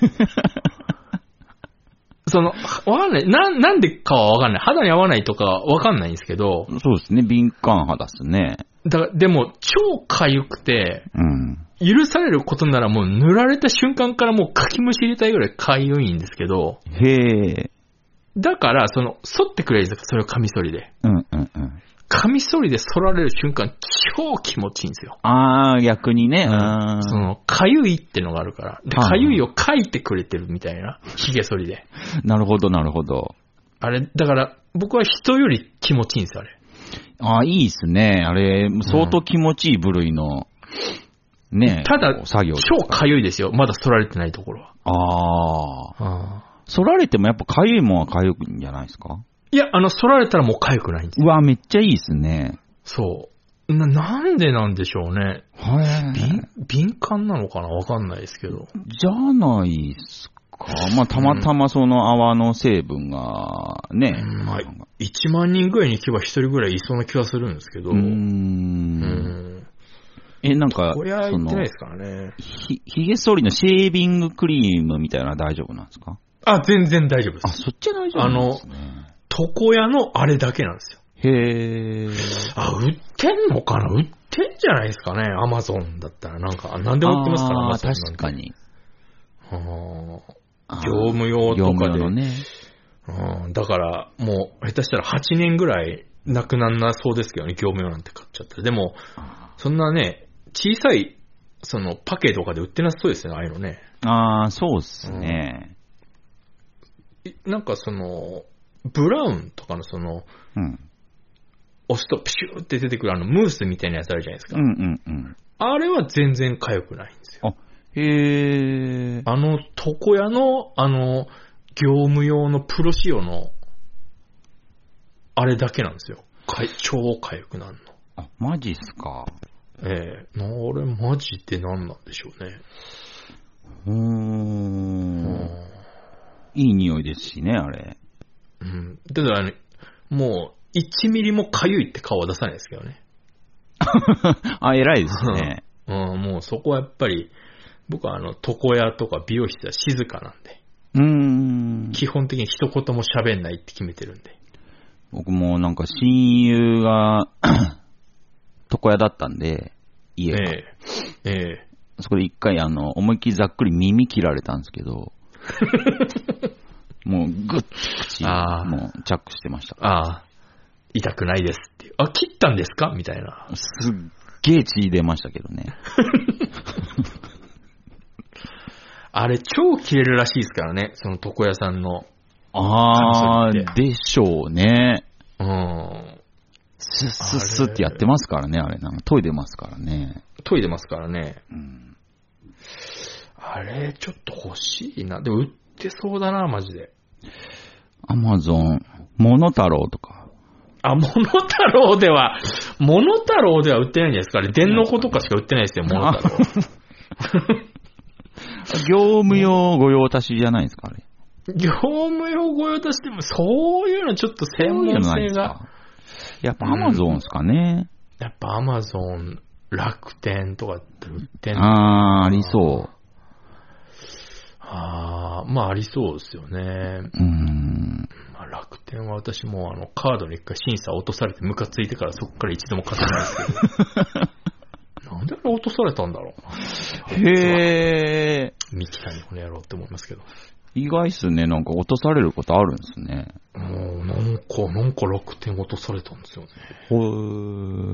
その、わかんない。な、なんでかはわかんない。肌に合わないとかわかんないんですけど。 そうですね。敏感肌っすね。 だから、でも、超かゆくて、 うん。 許されることならもう塗られた瞬間からもうかきむし入れたいぐらいかゆいんですけど。 へー。 だから、その、剃ってくれるんですよ。それをカミソリで。 うんうんうん。 カミソリで剃られる瞬間、超気持ちいいんですよ。 あー、逆にね。あー、 その、かゆいってのがあるから。で、かゆいをかいてくれてるみたいな。髭剃りで。 なるほど、なるほど。 あれ、だから、僕は人より気持ちいいんですよ、あれ。 あー、いいっすね。あれ、相当気持ちいい部類の、うん、ね。 ただ、作業超かゆいですよ。まだ剃られてないところは。 あー。あー、剃られてもやっぱかゆいもんはかゆいんじゃないですか？ いや、あの、剃られたらもう痒くないんですよ。 うわ、めっちゃいいですね。 そう。な、なんでなんでしょうね。 はい。 敏、敏感なのかな？わかんないですけど。 じゃないっすか。まあ、たまたまその泡の成分がね。 うん、まあ、いちまんにんぐらいに行けばひとりぐらいいそうな気がするんですけど。うーん。うんえ、なんか、 これは言ってないですからね。 ひ、ひげ剃りのシェービングクリームみたいなのは大丈夫なんですか？ あ、全然大丈夫です。 あ、そっちは大丈夫なんですね。あの、 床屋のあれだけなんですよ。 へー。 あ、売ってんのかな？売ってんじゃないですかね。アマゾンだったらなんか、なんでも売ってますから、 ああ、確かに。 あ業務用とかで。 業務用のね。 うん、だから、もう、下手したらはちねんぐらいなくなんなそうですけどね、業務用なんて買っちゃったら。でも、そんなね、小さい、その、パケとかで売ってなさそうですよね、ああいうのね。 ああ、そうっすね、 うん。なんかその、ブラウンとかのその、うん、押すとプシューって出てくるあのムースみたいなやつあるじゃないですか。 うんうんうん。 あれは全然痒くないんですよ。 あ、へー。 あの、床屋の、あの、業務用のプロ仕様の、あれだけなんですよ。かい超痒くなるの。 あ、マジっすか。 ええー、あれマジで何なんでしょうね。 うーん。いい匂いですしね、あれ。 うん。だからね、もう、いちミリも痒いって顔は出さないですけどね。 あ、偉いですね。 うん、もうそこはやっぱり、僕はあの、床屋とか美容室は静かなんで。 うーん。 基本的に一言も喋んないって決めてるんで。 僕もなんか親友が、床屋だったんで、家が。 ええええ。 そこで一回あの、思いっきりざっくり耳切られたんですけど、もうグッと口、もうチャックしてました。 ああ。痛くないですっていう。あ、切ったんですかみたいな。 すっげえ血出ましたけどね。 あれ超切れるらしいですからね、その床屋さんの。 あー、でしょうね。 うん。 スッスッスッってやってますからね、あれ。なんか研いでますからね。 研いでますからね。 うん、 あれ、ちょっと欲しいな。でも売ってそうだな、マジで。 アマゾン、モノタロウとか。 あ、モノタロウでは、モノタロウでは売ってないんじゃないですか。あれ、電の子とかしか売ってないですよ、モノタロウ。 業務用御用達じゃないですか、あれ。 業務用御用達でも、そういうのちょっと専門性が。 やっぱアマゾンですかね。 うん、やっぱアマゾン、楽天とかって売ってんの？ あー、ありそう。 あー、まあありそうですよね。 うーん。 まあ、楽天は私もあのカードに一回審査落とされてムカついてからそこから一度も買ってないですけど。なんであれ落とされたんだろう。 へー。 三木谷この野郎って思いますけど。 意外っすね。なんか落とされることあるんですね。 もうなんか、なんか楽天落とされたんですよね。 ほー。 うん。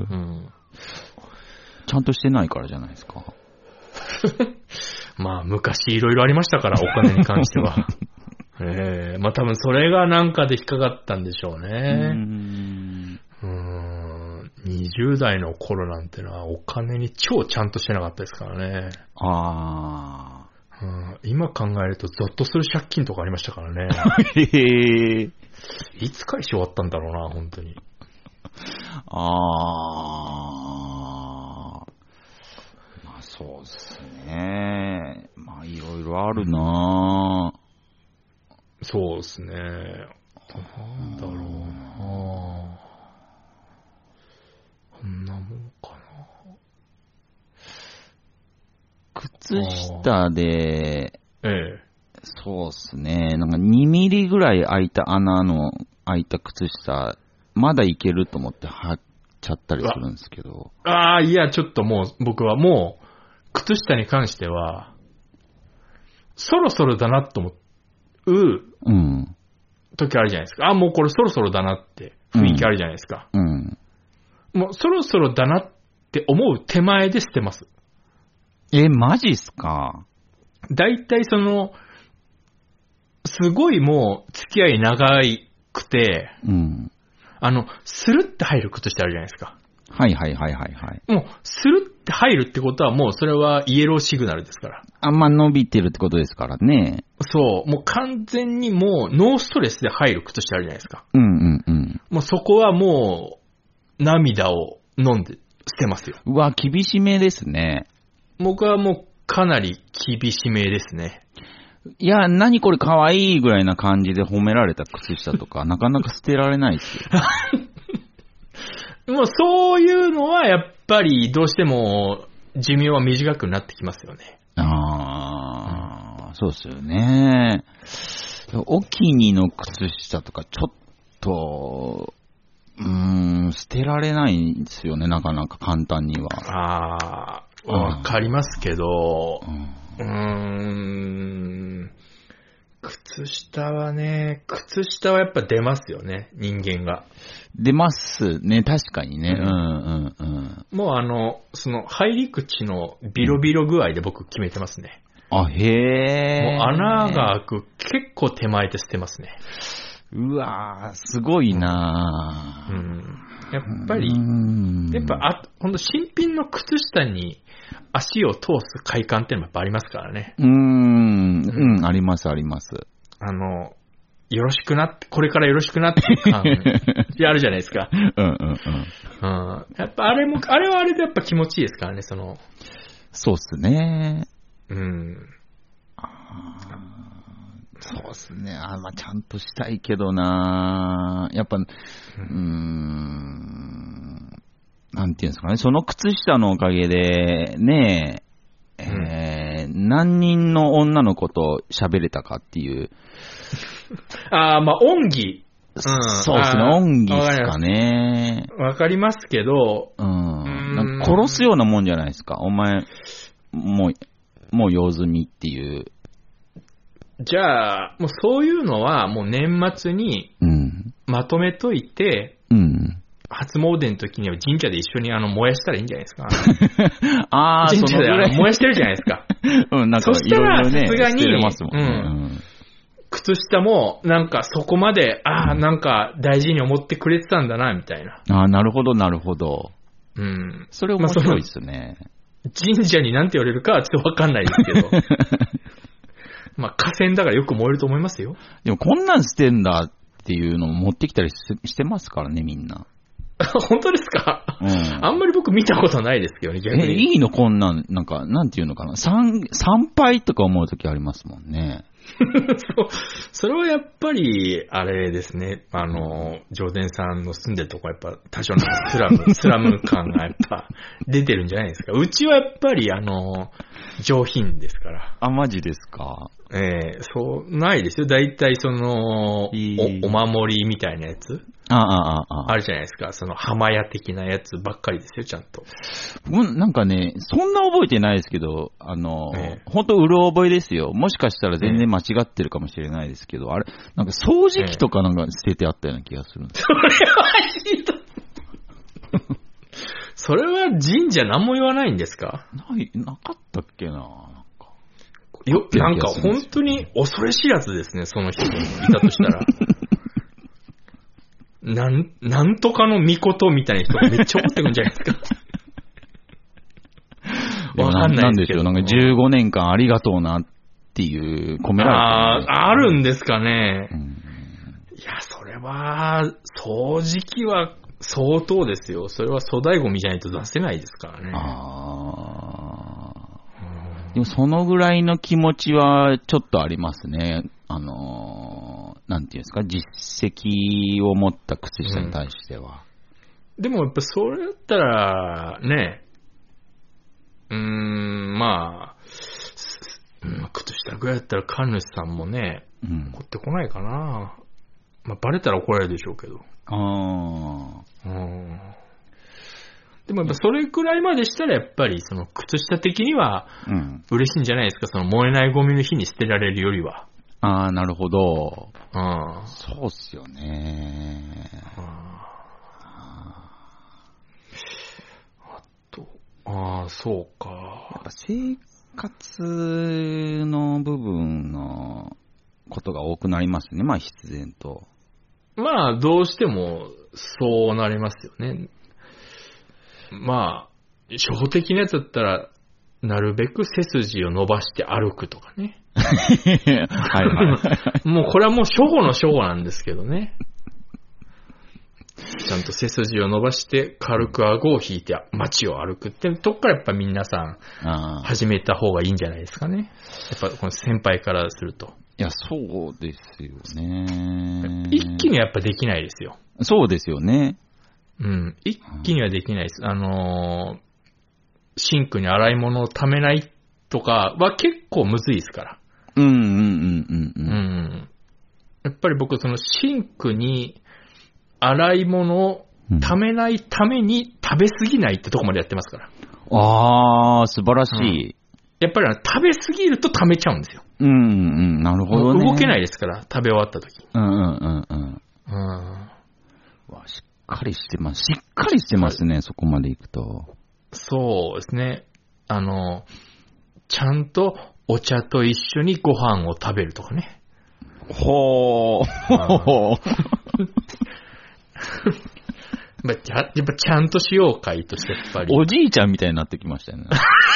ちゃんとしてないからじゃないですか。 まあ昔いろいろありましたから、お金に関しては。ええー、まあ多分それがなんかで引っかかったんでしょうね。うーん。うーん。にじゅう代の頃なんてのはお金に超ちゃんとしてなかったですからね。 あー。 うん、今考えるとゾッとする借金とかありましたからね。 へー。 いつ返し終わったんだろうな、本当に。 あー。まあそうっすね。まあいろいろあるなぁ。 そうですね。なんだろうな。こんなもんかな。 靴下で、 ええ。 そうっすね。なんかにミリぐらい開いた穴の開いた靴下、まだいけると思って貼っちゃったりするんですけど。 ああ、いや、ちょっともう、僕はもう、靴下に関しては、そろそろだなと思う、うん。時あるじゃないですか。あ、もうこれそろそろだなって雰囲気あるじゃないですか。うん。うん、もうそろそろだなって思う手前で捨てます。 え、マジっすか？ だいたいその、すごいもう付き合い長くて、うん。あの、スルって入る靴下あるじゃないですか。 はいはいはいはいはい。 もう、スルって入るってことはもうそれはイエローシグナルですから。 あんま伸びてるってことですからね。 そう。もう完全にもうノーストレスで入る靴下あるじゃないですか。 うんうんうん。 もうそこはもう、涙を飲んで捨てますよ。 うわ、厳しめですね。 僕はもうかなり厳しめですね。 いや、何これ可愛いぐらいな感じで褒められた靴下とか、なかなか捨てられないですよ。 もうそういうのはやっぱりどうしても寿命は短くなってきますよね。 ああ、うん、そうですよね。お気にの靴下とかちょっと、うーん、捨てられないんですよね、なかなか簡単には。 ああ、わかりますけど、うん、うーん、靴下はね、靴下はやっぱ出ますよね、人間が。 出ますね、確かにね。うんうんうん。 もうあの、その入り口のビロビロ具合で僕決めてますね。 あ、へー。 もう穴が開く結構手前で捨てますね。 うわー、すごいなー。 うん。 やっぱり、やっぱ、あ、ほんと新品の靴下に足を通す快感っていうのもやっぱありますからね。 うーん、うん、ありますあります。 あの、よろしくなって、これからよろしくなっていう感じあるじゃないですか。 うんうんうん。 うん。やっぱあれも、あれはあれでやっぱ気持ちいいですからね、その。 そうっすね。 うん。 そうっすね。あ、まあ、ちゃんとしたいけどなやっぱ、うーん、なんていうんですかね。その靴下のおかげで、ねえ、うん、えー、何人の女の子と喋れたかっていう。 ああ、まあ、恩義。 うん、そうですね。恩義ですかね。 わかりますけど、 うん。なんか殺すようなもんじゃないですか。お前、もう、もう用済みっていう。 じゃあ、もうそういうのはもう年末にまとめといて、うん、初詣の時には神社で一緒にあの燃やしたらいいんじゃないですか。ああ、神社であの燃やしてるじゃないですか。うん、なんかいろいろね、さすがに、ね、うん、靴下もなんかそこまで、ああ、なんか大事に思ってくれてたんだな、みたいな。 ああ、なるほど、なるほど。 うん。 それ面白いですね。 まあ、神社に何て言われるかはちょっとわかんないですけど。まあ、河川だからよく燃えると思いますよ。 でもこんなん捨てんだっていうのを持ってきたり し, してますからね、みんな。 本当ですか、うん、あんまり僕見たことないですけどね、逆に。 え、いいのこんなん、なんか、なんていうのかな。参、参拝とか思うときありますもんね。 そう。それはやっぱり、あれですね。あの、上田さんの住んでるとこはやっぱ多少のスラム、スラム感がやっぱ出てるんじゃないですか。うちはやっぱりあの、上品ですから。 あ、マジですか。 ええー、そう、ないですよ。だいたいその、お、お守りみたいなやつああ、ああ、 あるじゃないですか。その、浜屋的なやつばっかりですよ、ちゃんと。 なんかね、そんな覚えてないですけど、あの、ええ、本当うろ覚えですよ。もしかしたら全然間違ってるかもしれないですけど、ええ、あれ、なんか掃除機とかなんか捨ててあったような気がするんです。 それはひどい。それは神社何も言わないんですか？ ない、なかったっけな。なんか、 よ、なんか本当に恐れ知らずですね、その人がいたとしたら。なん、なんとかの御事みたいな人がめっちゃ怒ってくるんじゃないですか。わかんないですけど。 なんでしょう、なんかじゅうごねんかんありがとうなっていう込められてる、ね。 ああ、あるんですかね。うん、いや、それは、掃除機は相当ですよ。それは粗大ゴミじゃないと出せないですからね。 ああ。でもそのぐらいの気持ちはちょっとありますね。あのー、なんていうんですか、実績を持った靴下に対しては。 うん、でもやっぱそれだったら、ね、うーん、まあ、靴下ぐらいだったら神主さんもね、うん、怒ってこないかな。まあ、バレたら怒られるでしょうけど。ああ。うん。でもやっぱそれくらいまでしたらやっぱりその靴下的には嬉しいんじゃないですか、その燃えないゴミの日に捨てられるよりは。 ああ、なるほど。 うん。 そうっすよね。 あと、ああ、そうか。 やっぱ生活の部分のことが多くなりますね。まあ必然と。 まあどうしてもそうなりますよね。まあ、初歩的なやつだったら、なるべく背筋を伸ばして歩くとかね。はいはい。もうこれはもう初歩の初歩なんですけどね。ちゃんと背筋を伸ばして軽く顎を引いて街を歩くってとこからやっぱ皆さん始めた方がいいんじゃないですかね。やっぱこの先輩からすると。 いや、そうですよね。 一気にはやっぱできないですよ。 そうですよね。 うん。一気にはできないです。あのー、シンクに洗い物を溜めないとかは結構むずいですから。 うんうんうんうんうん。うん。 やっぱり僕そのシンクに洗い物を溜めないために食べ過ぎないってとこまでやってますから。 うん、あー、素晴らしい。うん、 やっぱり食べ過ぎると溜めちゃうんですよ。 うんうん、なるほどね。 動けないですから、食べ終わった時。 うんうんうんうん。うん。わ、しっかりしてます。しっかりしてますね、そこまで行くと。 そうですね。あの、ちゃんとお茶と一緒にご飯を食べるとかね。 ほー。ほー。 やっぱ、やっぱちゃんとしよう会としてやっぱり。 おじいちゃんみたいになってきましたよね。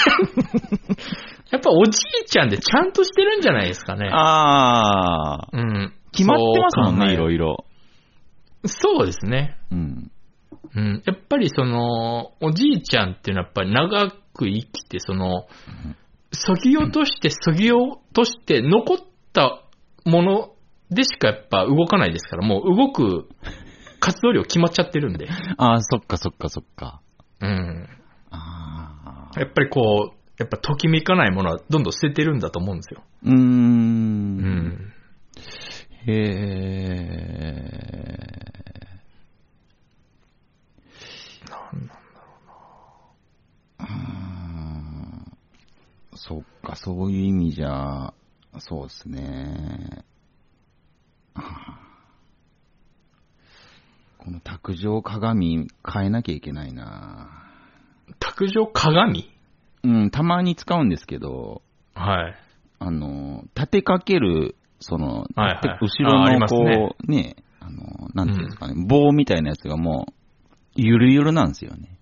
やっぱおじいちゃんでちゃんとしてるんじゃないですかね。 ああ。 うん。 決まってますもんね、いろいろ。 そうですね。 うん。 うん。やっぱりその、おじいちゃんっていうのはやっぱり長く生きて、その、そぎ落として、そぎ落として残ったものでしかやっぱ動かないですから、もう動く活動量決まっちゃってるんで。 ああ、そっかそっかそっか。 うん。 あやっぱりこう、やっぱときめかないものはどんどん捨ててるんだと思うんですよ。 うーん。うんうん。 へえ。 なんなんだろうな。 うーん。そっか、そういう意味じゃ、そうですね。この卓上鏡変えなきゃいけないな。 卓上鏡？ うん、たまに使うんですけど、 はい。 あの、立てかける、その、 はいはい後ろあありますのこねう、ね、あの、なんていうんですかね、棒みたいなやつがもう、ゆるゆるなんですよね。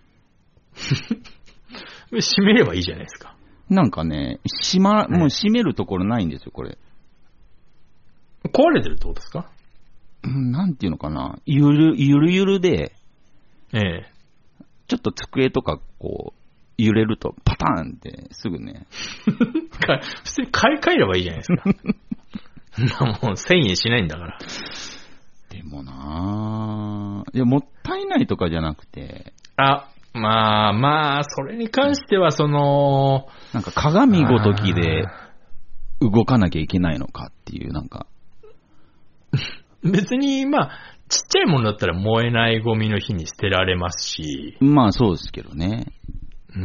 閉めればいいじゃないですか。 なんかね、閉ま、 ねもう閉めるところないんですよ、これ。 壊れてるってことですか？ うんなんていうのかな、ゆる、ゆるゆるで、 ええ。 ちょっと机とかこう、揺れるとパターンってすぐね。 か普通に買い替えればいいじゃないですか。そんなもんせんえんしないんだから。 でもなぁ、いや、もったいないとかじゃなくて、 あ、まあまあ、それに関してはその、 なんか鏡ごときで動かなきゃいけないのかっていう、なんか。 別にまあ、ちっちゃいものだったら燃えないゴミの日に捨てられますし、 まあそうですけどね。 うん、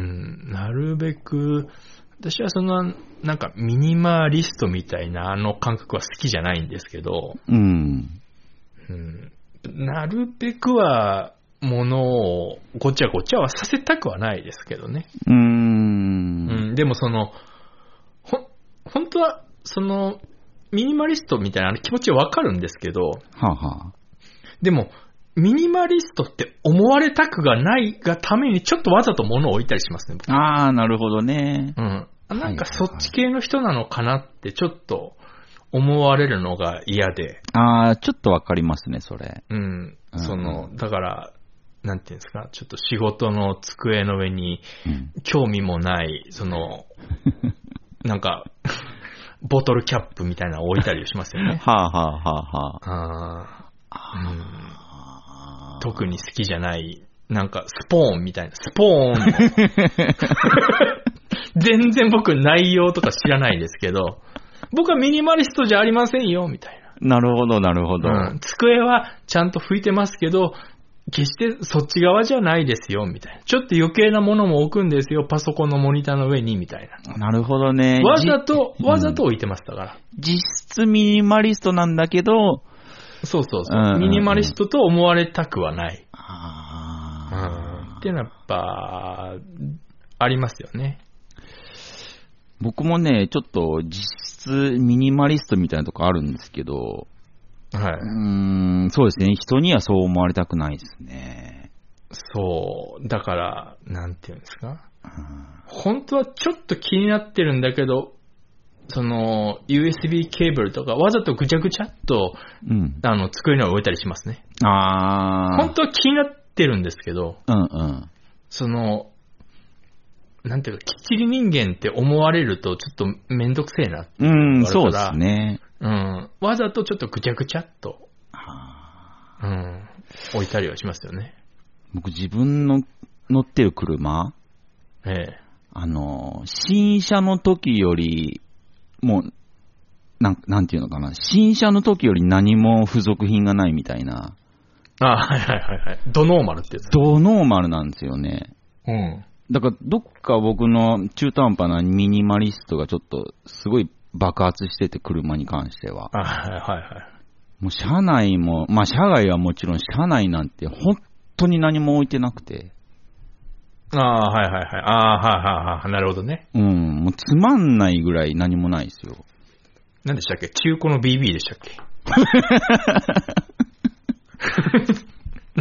なるべく、私はその、なんかミニマリストみたいなあの感覚は好きじゃないんですけど、 うん。 うん、なるべくは、ものをごちゃごちゃはさせたくはないですけどね。 うーん。 うん、でもその、ほ、本当は、その、ミニマリストみたいな気持ちはわかるんですけど、 はあ、はあ、 でも、ミニマリストって思われたくがないがためにちょっとわざと物を置いたりしますね、僕。 ああ、なるほどね。 うん。なんかそっち系の人なのかなってちょっと思われるのが嫌で。 ああ、ちょっとわかりますね、それ。 うん。 うんその、だから、なんていうんですか、ちょっと仕事の机の上に興味もない、その、なんか、ボトルキャップみたいなのを置いたりしますよね。 はあはあはあはああ。 うん、特に好きじゃない、なんかスポーンみたいな、スポーンの全然僕内容とか知らないですけど、僕はミニマリストじゃありませんよ、みたいなるほど、なるほど、 な。うん、机はちゃんと拭いてますけど、決してそっち側じゃないですよ、みたいな。ちょっと余計なものも置くんですよ、パソコンのモニターの上に、みたいな。 なるほどね。 わざと、わざと置いてましたから。 実質ミニマリストなんだけど、 そうそうそう。 うんうんうん、 ミニマリストと思われたくはない。 あうん、っていうのはやっぱ、ありますよね。 僕もね、ちょっと実質ミニマリストみたいなとこあるんですけど、 はい。 うーん、そうですね。人にはそう思われたくないですね。 そう。だから、なんていうんですか。 うん、 本当はちょっと気になってるんだけど、その、ユーエスビー ケーブルとかわざとぐちゃぐちゃっと、 うん、 あの、机には置いたりしますね。 あ本当は気になってるんですけど、 うんうん。 その、なんていうか、きっちり人間って思われるとちょっとめんどくせえなってうん、そうですね。 うん。わざとちょっとぐちゃぐちゃっと、うん、置いたりはしますよね。 僕自分の乗ってる車、 ええ。 あの、新車の時より、もう、なん、なんていうのかな、新車の時より何も付属品がないみたいな。 ああ、はいはいはいはい。ドノーマルってやつ。 ドノーマルなんですよね。 うん。 だから、どっか僕の中途半端なミニマリストがちょっと、すごい爆発してて、車に関しては。 あはいはいはい。 もう車内も、まあ車外はもちろん車内なんて本当に何も置いてなくて。 ああ、はいはいはい。ああ、はいはいはい。なるほどね。 うん、もうつまんないぐらい何もないですよ。 何でしたっけ？中古の ビービー でしたっけ？何で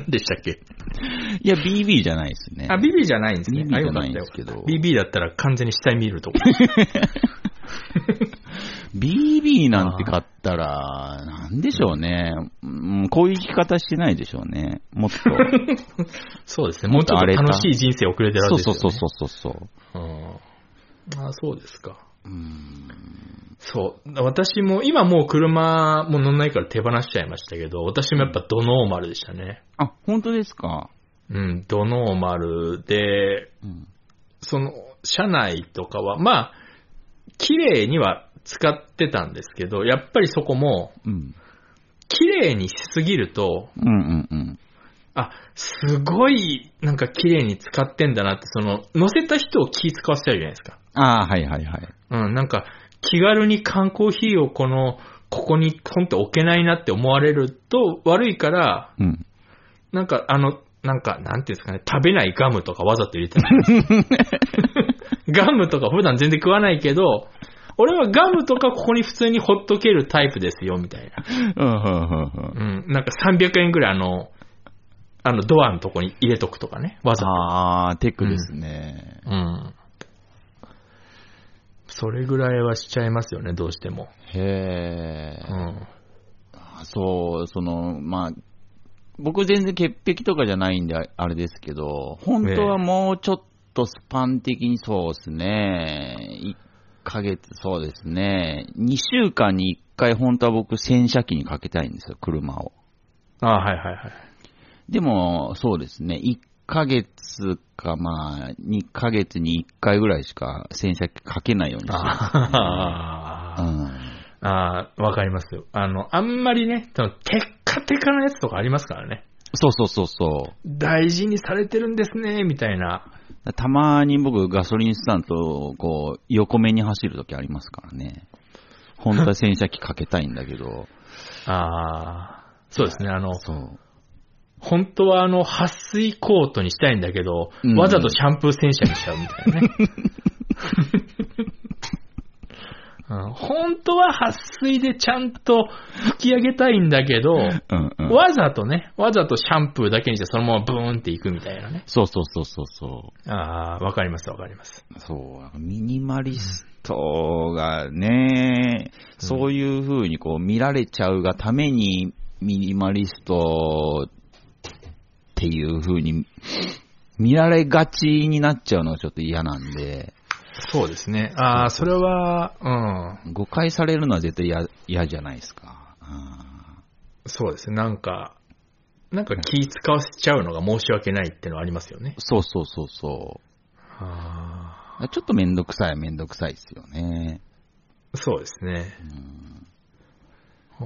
でしたっけ？ いや、ビービー じゃないですね。 あ、ビービー じゃないんですね。 ビービー じゃないんですけど。 ビービー だったら完全に死体見るとこ。 ビービー なんて買ったら、なんでしょうね。うん、こういう生き方してないでしょうね。もっと。 そうですね。もうちょっと楽しい人生を送れてるはずですよね。 そうそうそうそうそう。 うん、あ、そうですか。 うん、 そう。私も、今もう車も乗んないから手放しちゃいましたけど、私もやっぱドノーマルでしたね。 あ、本当ですか？ うん、ドノーマルで、うん、その、車内とかは、まあ、綺麗には使ってたんですけど、やっぱりそこも、うん、綺麗にしすぎると、 うんうんうん、 あ、すごいなんか綺麗に使ってんだなって、その、乗せた人を気使わせちゃうじゃないですか。 ああ、はいはいはい。 うん、なんか、気軽に缶コーヒーをこの、ここにポンって置けないなって思われると悪いから、うん、なんかあの、なんか、なんていうんですかね、食べないガムとかわざと入れてない。ガムとか普段全然食わないけど、俺はガムとかここに普通にほっとけるタイプですよ、みたいな。うん。なんかさんびゃくえんぐらいあの、あのドアのとこに入れとくとかね、わざと。 あー、テクですね。 うん。うんそれぐらいはしちゃいますよね、どうしても。 へー。うん、そう、その、まあ、僕全然潔癖とかじゃないんであれですけど、本当はもうちょっとスパン的にそうですね、いっかげつそうですね、にしゅうかんにいっかい本当は僕洗車機にかけたいんですよ、車を。 ああ、はいはいはい。でも、そうですね、いっかげつかまあ、にかげつにいっかいぐらいしか洗車機かけないようにしてるんですよね。 ああ、うん、ああ、わかりますよ。あの、あんまりね、テッカテカなやつとかありますからね。 そうそうそうそう。 大事にされてるんですね、みたいな。 たまに僕ガソリンスタンド、こう、横目に走るときありますからね。本当は洗車機かけたいんだけど。 ああ、そうですね、あの、 そう。 本当はあの、撥水コートにしたいんだけど、うん、わざとシャンプー洗車にしちゃうみたいなね。うん、本当は撥水でちゃんと拭き上げたいんだけど、うんうん、わざとね、わざとシャンプーだけにしてそのままブーンっていくみたいなね。 そうそうそうそうそう。 ああ、わかりますわかります。 そう、ミニマリストがね、うん、そういう風にこう見られちゃうがためにミニマリストっていう風に見られがちになっちゃうのがちょっと嫌なんで。 そうですね。ああ、それは、うん。 誤解されるのは絶対嫌、嫌じゃないですか。 そうですね。なんか、なんか気使わせちゃうのが申し訳ないっていうのはありますよね。 そうそうそうそう。はあ、ちょっとめんどくさいめんどくさいですよね。 そうですね。 うん、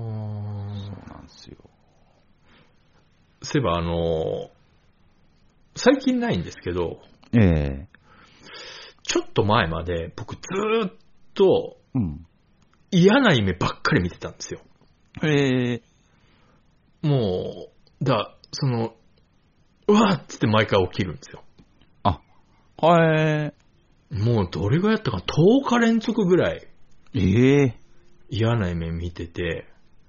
はそうなんですよ。 そういえばあの、最近ないんですけど、 ええー。 ちょっと前まで僕ずーっと嫌な夢ばっかり見てたんですよ。 へえ。 もう、だ、その、うわーっつって毎回起きるんですよ。 あ、はい。 もうどれぐらいやったかとおか連続ぐらい。 ええ。 嫌な夢見てて、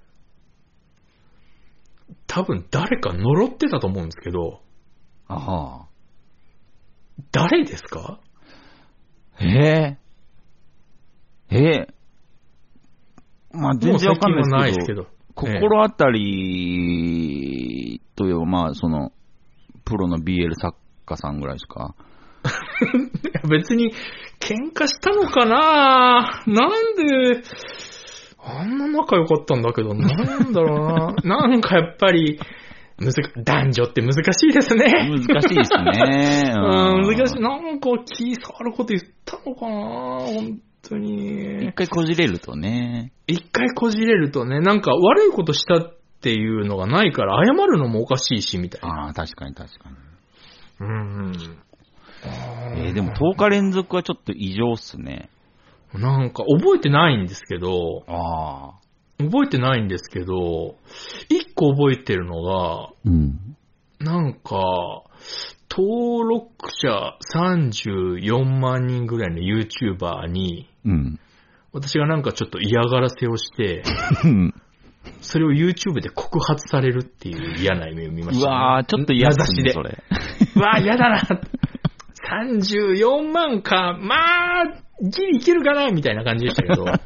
多分誰か呪ってたと思うんですけど。 あは。 誰ですか？ ええええまあ全然わかんないですけど、心当たりというか、まあその、プロの ビーエル 作家さんぐらいしか。 別に喧嘩したのかな？なんで、あんな仲良かったんだけど、なんだろうな。なんかやっぱり、むず男女って難しいですね。 難しいですね。 うん、難しい。なんか気触ること言ったのかな本当に。 一回こじれるとね。 一回こじれるとね、なんか悪いことしたっていうのがないから謝るのもおかしいし、みたいな。 ああ、確かに確かに。 うん。 えー、でもとおか連続はちょっと異常っすね。 なんか覚えてないんですけど、 ああ。 覚えてないんですけど、一個覚えてるのが、うん、なんか、登録者さんじゅうよんまんにんぐらいの YouTuber に、うん、私がなんかちょっと嫌がらせをして、 それを YouTube で告発されるっていう嫌な夢を見ました、ね。 うわー、ちょっと嫌だしね、それ。 うわー、嫌だな。さんじゅうよんまんか、まあ、ギリいけるかなみたいな感じでしたけど。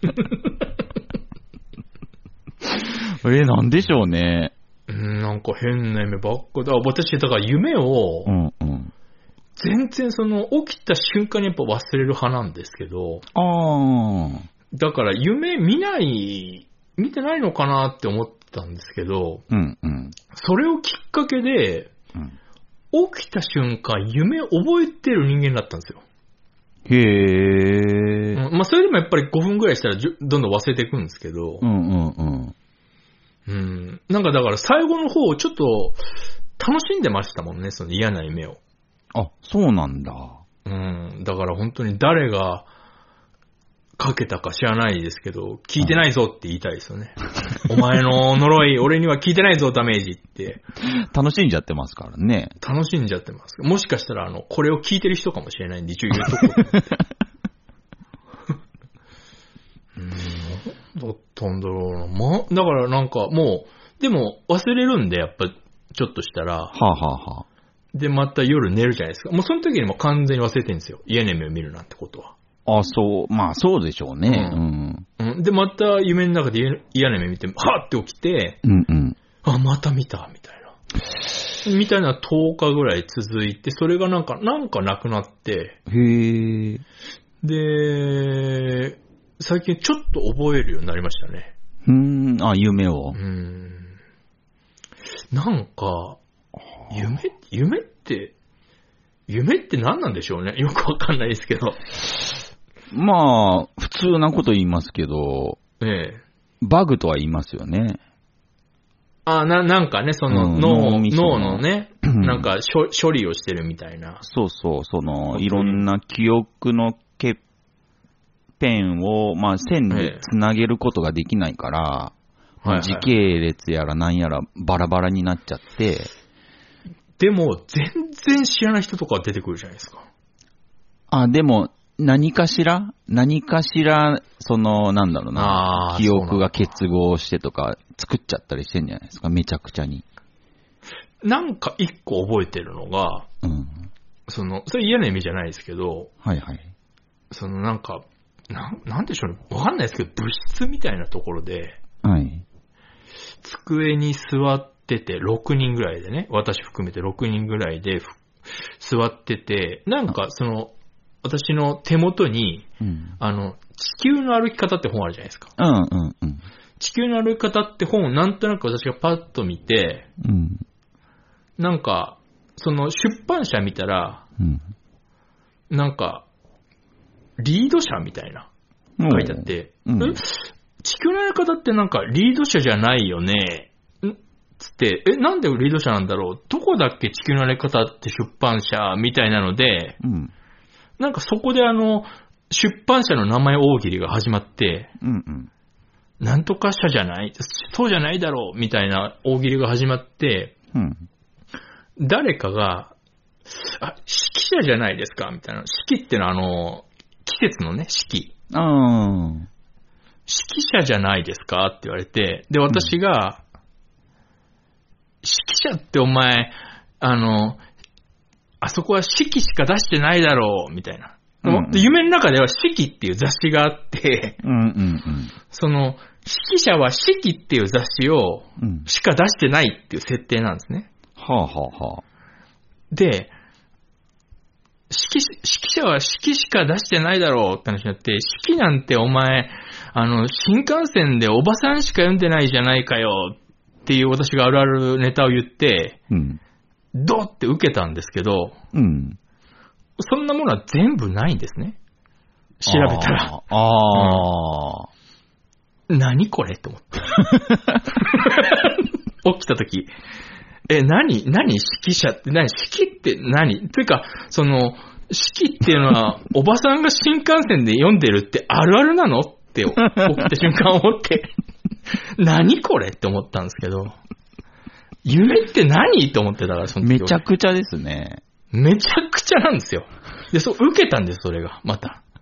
えー、なんでしょうね。 うん、なんか変な夢ばっかだ。私、だから夢を、 うんうん、 全然その、起きた瞬間にやっぱ忘れる派なんですけど、 あだから夢見ない、見てないのかなって思ったんですけど、 うんうん、 それをきっかけで、うん、起きた瞬間、夢覚えてる人間だったんですよ。 へー。 うん、まあ、それでもやっぱりごふんぐらいしたらどんどん忘れていくんですけど、 うんうんうんうん、なんかだから最後の方ちょっと楽しんでましたもんね、その嫌な夢を。 あ、そうなんだ。 うん、だから本当に誰がかけたか知らないですけど、聞いてないぞって言いたいですよね。お前の呪い、俺には聞いてないぞダメージって。 楽しんじゃってますからね。 楽しんじゃってます。もしかしたらあの、これを聞いてる人かもしれないんで一応言うとこうと思って。だったんだろうな。ま、だからなんかもう、でも忘れるんで、やっぱちょっとしたら。はあ、はあはあ、 で、また夜寝るじゃないですか。もうその時にも完全に忘れてるんですよ。嫌な夢を見るなんてことは。 あ、そう。まあそうでしょうね。うん。 うん、で、また夢の中で嫌な夢見て、はぁって起きて、 うんうん。あ、 また見た、みたいな。みたいなとおかぐらい続いて、それがなんか、なんかなくなって。 へー。 で、最近ちょっと覚えるようになりましたね。 うーん、あ、夢を。 うーん。なんか、夢、夢って、夢って何なんでしょうね。よくわかんないですけど。 まあ、普通なこと言いますけど、 ええ。 バグとは言いますよね。 あ、な、なんかね、その、 うん、 脳、脳のね、なんか処、処理をしてるみたいな。 そうそう、その、いろんな記憶の欠片を、まあ、線につなげることができないから、ええ、まあ、時系列やらなんやらバラバラになっちゃって。 でも、全然知らない人とか出てくるじゃないですか。 あ、でも、何かしら何かしら、その、なんだろうな、記憶が結合してとか作っちゃったりしてんじゃないですか、めちゃくちゃに。 なんか一個覚えてるのが、うん、その、それ嫌な意味じゃないですけど、 はいはい。 そのなんか、な、なんでしょうね、わかんないですけど、物質みたいなところで、 はい。 机に座ってて、ろくにんぐらいでね、私含めてろくにんぐらいで座ってて、なんかその、私の手元に、うん、あの、地球の歩き方って本あるじゃないですか。 うんうんうん。 地球の歩き方って本をなんとなく私がパッと見て、うん、なんか、その出版社見たら、うん、なんか、リード社みたいな、書いてあって、うん、え地球の歩き方ってなんかリード社じゃないよね。んつって、え、なんでリード社なんだろう、どこだっけ地球の歩き方って出版社みたいなので、うんなんかそこであの、出版社の名前大喜利が始まって、うんうん、なんとか社じゃないそうじゃないだろうみたいな大喜利が始まって、うん、誰かが、あ、四季社じゃないですかみたいな。四季ってのはあの、季節のね、四季。 あ四季社じゃないですかって言われて、で、私が、うん、四季社ってお前、あの、あそこは四季しか出してないだろう、みたいな。うんうん、夢の中では四季っていう雑誌があって、 うんうんうん、 その、四季社は四季っていう雑誌をしか出してないっていう設定なんですね。 はあはあはあ。 で、四季、四季社は四季しか出してないだろうって話になって、四季なんてお前、あの、新幹線でおばさんしか読んでないじゃないかよっていう私があるあるネタを言って、うんドーって受けたんですけど、うん、そんなものは全部ないんですね。調べたら。 ああ、 うん、何これと思って。起きたとき、え、何何指揮者って何指揮って何というか、その、指揮っていうのは、おばさんが新幹線で読んでるってあるあるなのって起きた瞬間思って、何これって思ったんですけど、夢って何と思ってたから、その時めちゃくちゃですね。 めちゃくちゃなんですよ。で、そう、受けたんです、それが、また。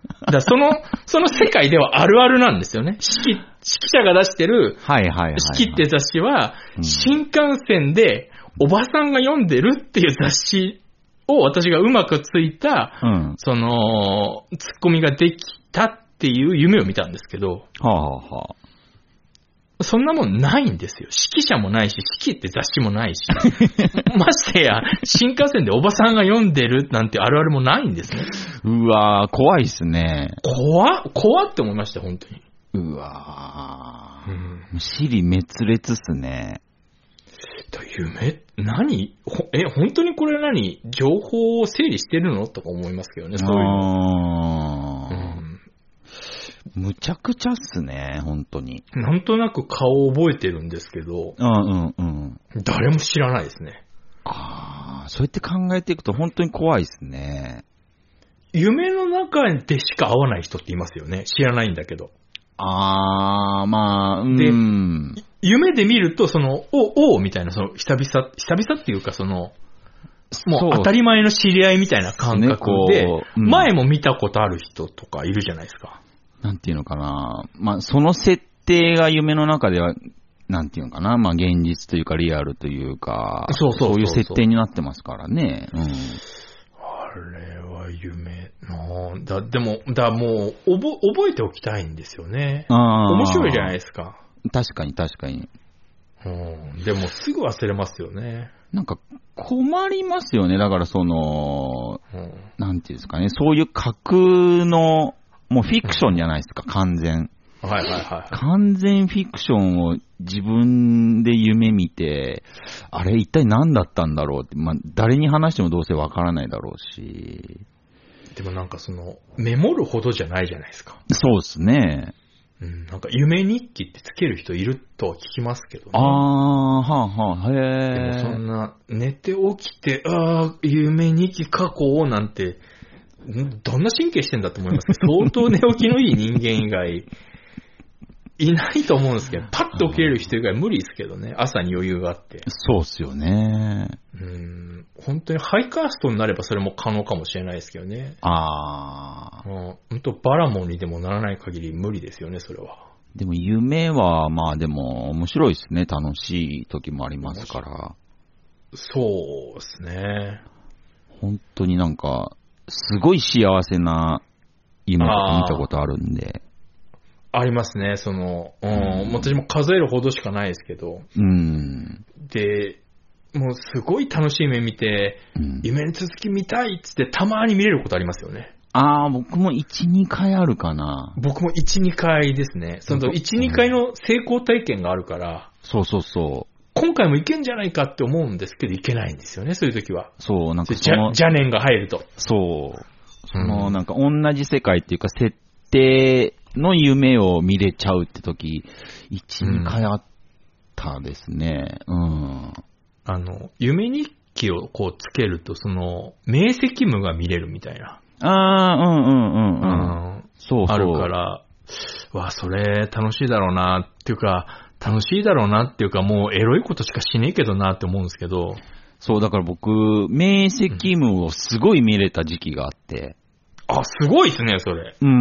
だからその、その世界ではあるあるなんですよね。四季、四季社が出してる、 はいはいはい、はい。 四季って雑誌は、新幹線でおばさんが読んでるっていう雑誌を私がうまくついた、うん、その、ツッコミができたっていう夢を見たんですけど、 はあはあ、 そんなもんないんですよ。指揮者もないし、指揮って雑誌もないし。ましてや、新幹線でおばさんが読んでるなんてあるあるもないんですね。 うわー、怖いっすね。 怖っ、怖って思いました、本当に。 うわー。うん、尻滅裂っすね。 夢、何ほえ、本当にこれ何情報を整理してるのとか思いますけどね、そういうの。うん、 むちゃくちゃっすね、本当に。 なんとなく顔を覚えてるんですけど、 うんうんうん。 誰も知らないですね。 ああ、そうやって考えていくと本当に怖いですね。 夢の中でしか会わない人っていますよね。知らないんだけど。 ああ、まあ、うん。 で、夢で見ると、その、お、おみたいな、その、久々、久々っていうか、その、もう当たり前の知り合いみたいな感覚で、ねうん、前も見たことある人とかいるじゃないですか。 なんていうのかな。まあ、その設定が夢の中では、なんていうのかな。まあ、現実というか、リアルというか、 そうそうそうそう、 そういう設定になってますからね。うん。あれは夢なだ、でも、だもう、おぼ、覚えておきたいんですよね。面白いじゃないですか。 確かに確かに。 うん。でも、すぐ忘れますよね。 なんか、困りますよね。だからその、うん、なんていうんですかね。そういう架空の、もうフィクションじゃないですか、完全。 はいはいはい、はい。 完全フィクションを自分で夢見て、あれ一体何だったんだろうって、まあ、誰に話してもどうせわからないだろうし。 でもなんかその、メモるほどじゃないじゃないですか。 そうですね。 うん、なんか夢日記ってつける人いるとは聞きますけどね。 ああ、はあはあ、へえ。 でもそんな、寝て起きて、ああ、夢日記書こうなんて、どんな神経してんだと思いますけど、相当寝起きのいい人間以外、いないと思うんですけど、パッと起きれる人以外無理ですけどね、朝に余裕があって。 そうっすよね。 うん、本当にハイカーストになればそれも可能かもしれないですけどね。 ああ。 うん、本当バラモンにでもならない限り無理ですよね、それは。 でも夢は、まあでも面白いですね。楽しい時もありますから。 そうですね。 本当になんか、すごい幸せな夢とか見たことあるんで。 ありますね、その、うん、うん、私も数えるほどしかないですけど。 うん。 で、もうすごい楽しい夢見て、うん、夢の続き見たいっつってたまに見れることありますよね。 ああ、僕もいち、にかいあるかな。 僕もいち、にかいですね。そのいち、にかいの成功体験があるから。 そうそうそう。 今回もいけんじゃないかって思うんですけど、いけないんですよね、そういう時は。 そう、なんかその邪念が入ると。 そう。その、なんか同じ世界っていうか、設定の夢を見れちゃうって時、いち、にかいあったですね。うん。 あの、夢日記をこうつけると、その、明晰夢が見れるみたいな。 ああ、うんうんうんうん。うん、そうそう。 あるから、わあ、それ楽しいだろうなっていうか、楽しいだろうなっていうか、もうエロいことしかしねえけどなって思うんですけど。 そう、だから僕、明晰夢をすごい見れた時期があって。 うん、あ、すごいですね、それ。 うん。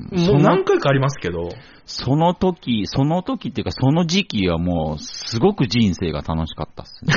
もう何回かありますけど。 その時、その時っていうか、その時期はもう、すごく人生が楽しかったっすね。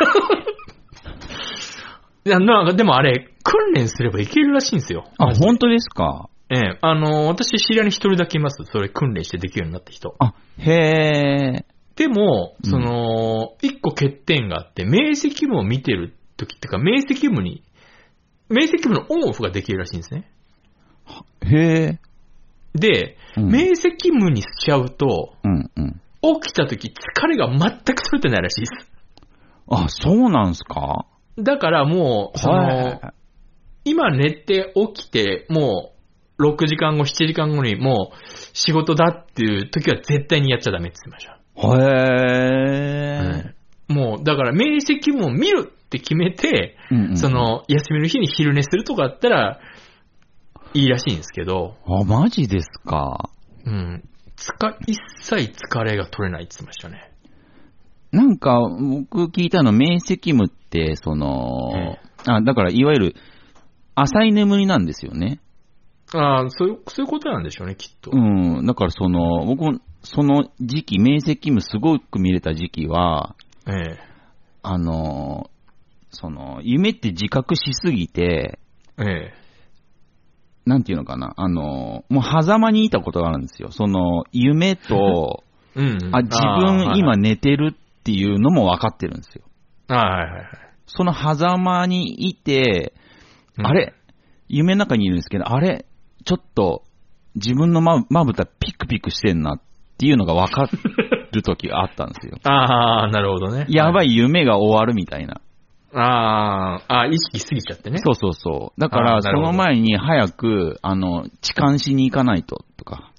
いや、なんか、でもあれ、訓練すればいけるらしいんですよ。 あ、本当ですか？ ええ、あの、私知り合いに一人だけいます。それ訓練してできるようになった人。 あ、へー。 でも、その、一、うん、個欠点があって、明晰夢を見てる時っていうか、明晰夢に、明晰夢のオンオフができるらしいんですね。 へー。で、うん、明晰夢にしちゃうと、 うんうん、 起きた時疲れが全く取れてないらしいです。 あ、そうなんすか？ だからもう、その、今寝て起きて、もう、ろくじかんご、しちじかんごにもう仕事だっていう時は絶対にやっちゃダメって言ってました。 へー。 うん、もう、だから明晰夢を見るって決めて、うんうん、その、休みの日に昼寝するとかだったら、いいらしいんですけど。 あ、マジですか？ うん。つか、一切疲れが取れないって言ってましたね。 なんか、僕聞いたの、明晰夢って、その、あ、だから、いわゆる、浅い眠りなんですよね。 ああ、そういう、そういうことなんでしょうね、きっと。 うん。だからその、僕もその時期、明晰夢すごく見れた時期は、 ええ。 あの、その、夢って自覚しすぎて、 ええ。 なんていうのかな、あの、もう狭間にいたことがあるんですよ。その、夢と、 うん、うん。 あ、自分今寝てるっていうのも分かってるんですよ。 ああ、はいはいはい。 その狭間にいて、 うん、 あれ夢の中にいるんですけど、あれちょっと自分のままぶたピクピクしてんなっていうのが分かる時があったんですよ。 ああ、なるほどね。 やばい夢が終わるみたいな。 ああ、ああ、意識しすぎちゃってね。 そうそうそう。だから、その前に早く、あの、痴漢しに行かないと、とか。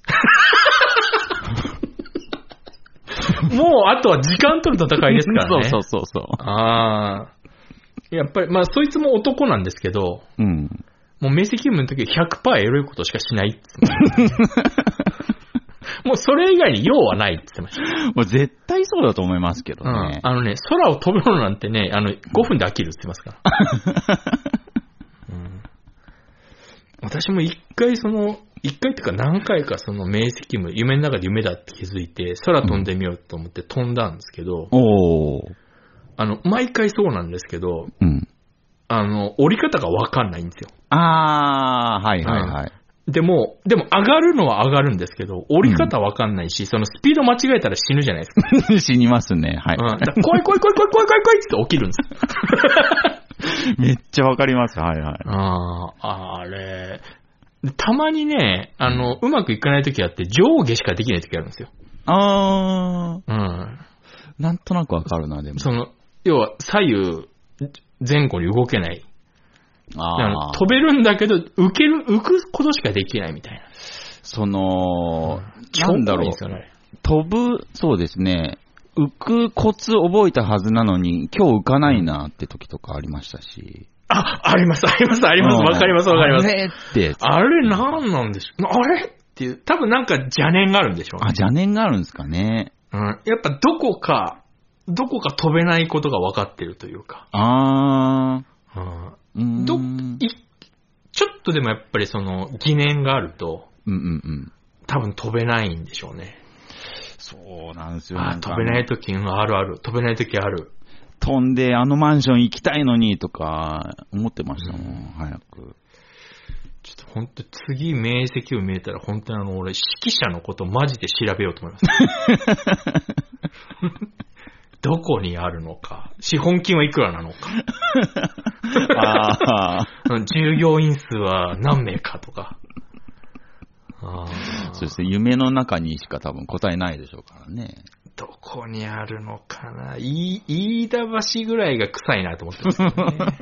もう、あとは時間取る戦いですからね。 そうそうそうそう。 ああ。やっぱり、まあ、そいつも男なんですけど、 うん。 もう明晰夢の時は ひゃくパーセント エロいことしかしないっつもうそれ以外に用はないって言ってました。 もう絶対そうだと思いますけどね。 うん、あのね、空を飛ぶのなんてね、あの、ごふんで飽きるって言ってますから。うん、私も一回その、一回っていうか何回かその明晰夢、夢の中で夢だって気づいて、空飛んでみようと思って飛んだんですけど、 うん、おー。 あの、毎回そうなんですけど、 うん。 あの、降り方がわかんないんですよ。 あー、はいはいはい。 でも、でも上がるのは上がるんですけど、降り方わかんないし、うん、そのスピード間違えたら死ぬじゃないですか。 死にますね、はい。 うん、だ怖い怖い怖い怖い怖い怖い怖いって起きるんですよ。 めっちゃわかります、はいはい。 ああ、あれ。たまにね、あの、うまくいかないときあって、上下しかできないときあるんですよ。 あー。 うん。 なんとなくわかるな、でも。 その、要は左右前後に動けない。あ飛べるんだけど、浮ける、浮くことしかできないみたいな。 その、 うん、 なんだろう。飛ぶ、そうですね。浮くコツ覚えたはずなのに、今日浮かないなって時とかありましたし。 あ、あります、あります、あります。わかります、わかります。 あれって。 あれなんなんでしょう。あれっていう、多分なんか邪念があるんでしょうね。 あ、邪念があるんですかね。 うん。やっぱどこか、どこか飛べないことが分かってるというか。 あー。うんどいちょっとでもやっぱりその疑念があると、 うんうんうん、 多分飛べないんでしょうね。 そうなんですよ。 あ飛べないとき、あるある。飛べないときある。 飛んであのマンション行きたいのにとか思ってましたもん、うん、早く。 ちょっと本当次明晰を見えたら本当にあの俺指揮者のことマジで調べようと思います。どこにあるのか、資本金はいくらなのか、あ従業員数は何名かとか。あそうですね、夢の中にしか多分答えないでしょうからね。 どこにあるのかな、い飯田橋ぐらいが臭いなと思ってますけどね。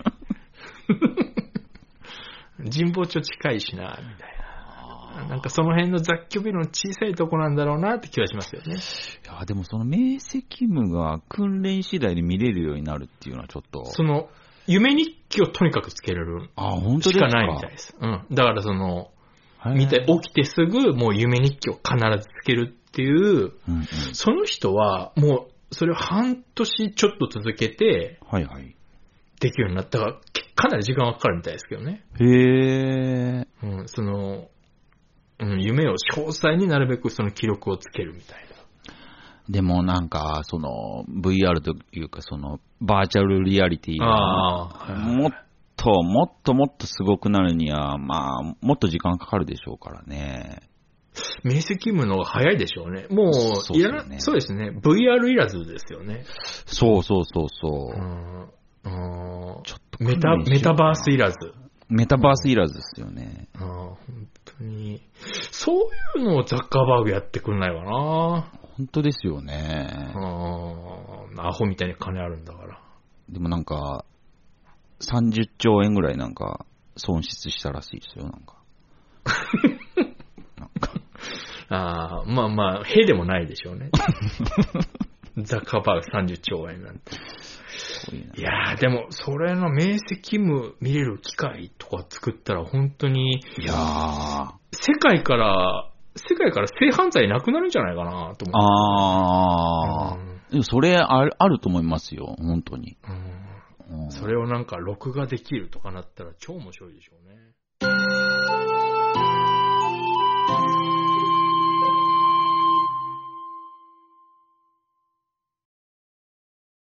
神保町近いしな、みたいな。なんかその辺の雑居ビルの小さいとこなんだろうなって気はしますよね。 いやでもその明晰夢が訓練次第で見れるようになるっていうのはちょっと。 その夢日記をとにかくつけれるしかないみたいです。うん。だからその、見て起きてすぐもう夢日記を必ずつけるっていう、うんうん、その人はもうそれを半年ちょっと続けて、 はいはい。 できるようになったから、かなり時間がかかるみたいですけどね。 へー。 うん、その、うん、夢を詳細になるべくその記録をつけるみたいな。 でもなんか、その ブイアール というかそのバーチャルリアリティがもっともっともっとすごくなるには、まあ、もっと時間かかるでしょうからね。 明晰夢の方が早いでしょうね。もう、いらな、そうですね。ブイアール いらずですよね。 そうそうそうそう。 うんちょっとメタ、メタバースいらず。 メタバースいらずですよね。 ああ、本当に。そういうのをザッカーバーグやってくんないわな。 本当ですよね。 ああ、アホみたいに金あるんだから。 でもなんか、さんじゅっちょうえんぐらいなんか、損失したらしいですよ、なんか。 なんかああ、まあまあ、へでもないでしょうね。ザッカーバーグさんじゅっちょうえんなんて。いやーでもそれの明晰夢見れる機会とか作ったら本当にいやー世界から世界から性犯罪なくなるんじゃないかなと思って。 ああ、うん、でもそれある、あると思いますよ本当に、 うんうん、それをなんか録画できるとかなったら超面白いでしょうね。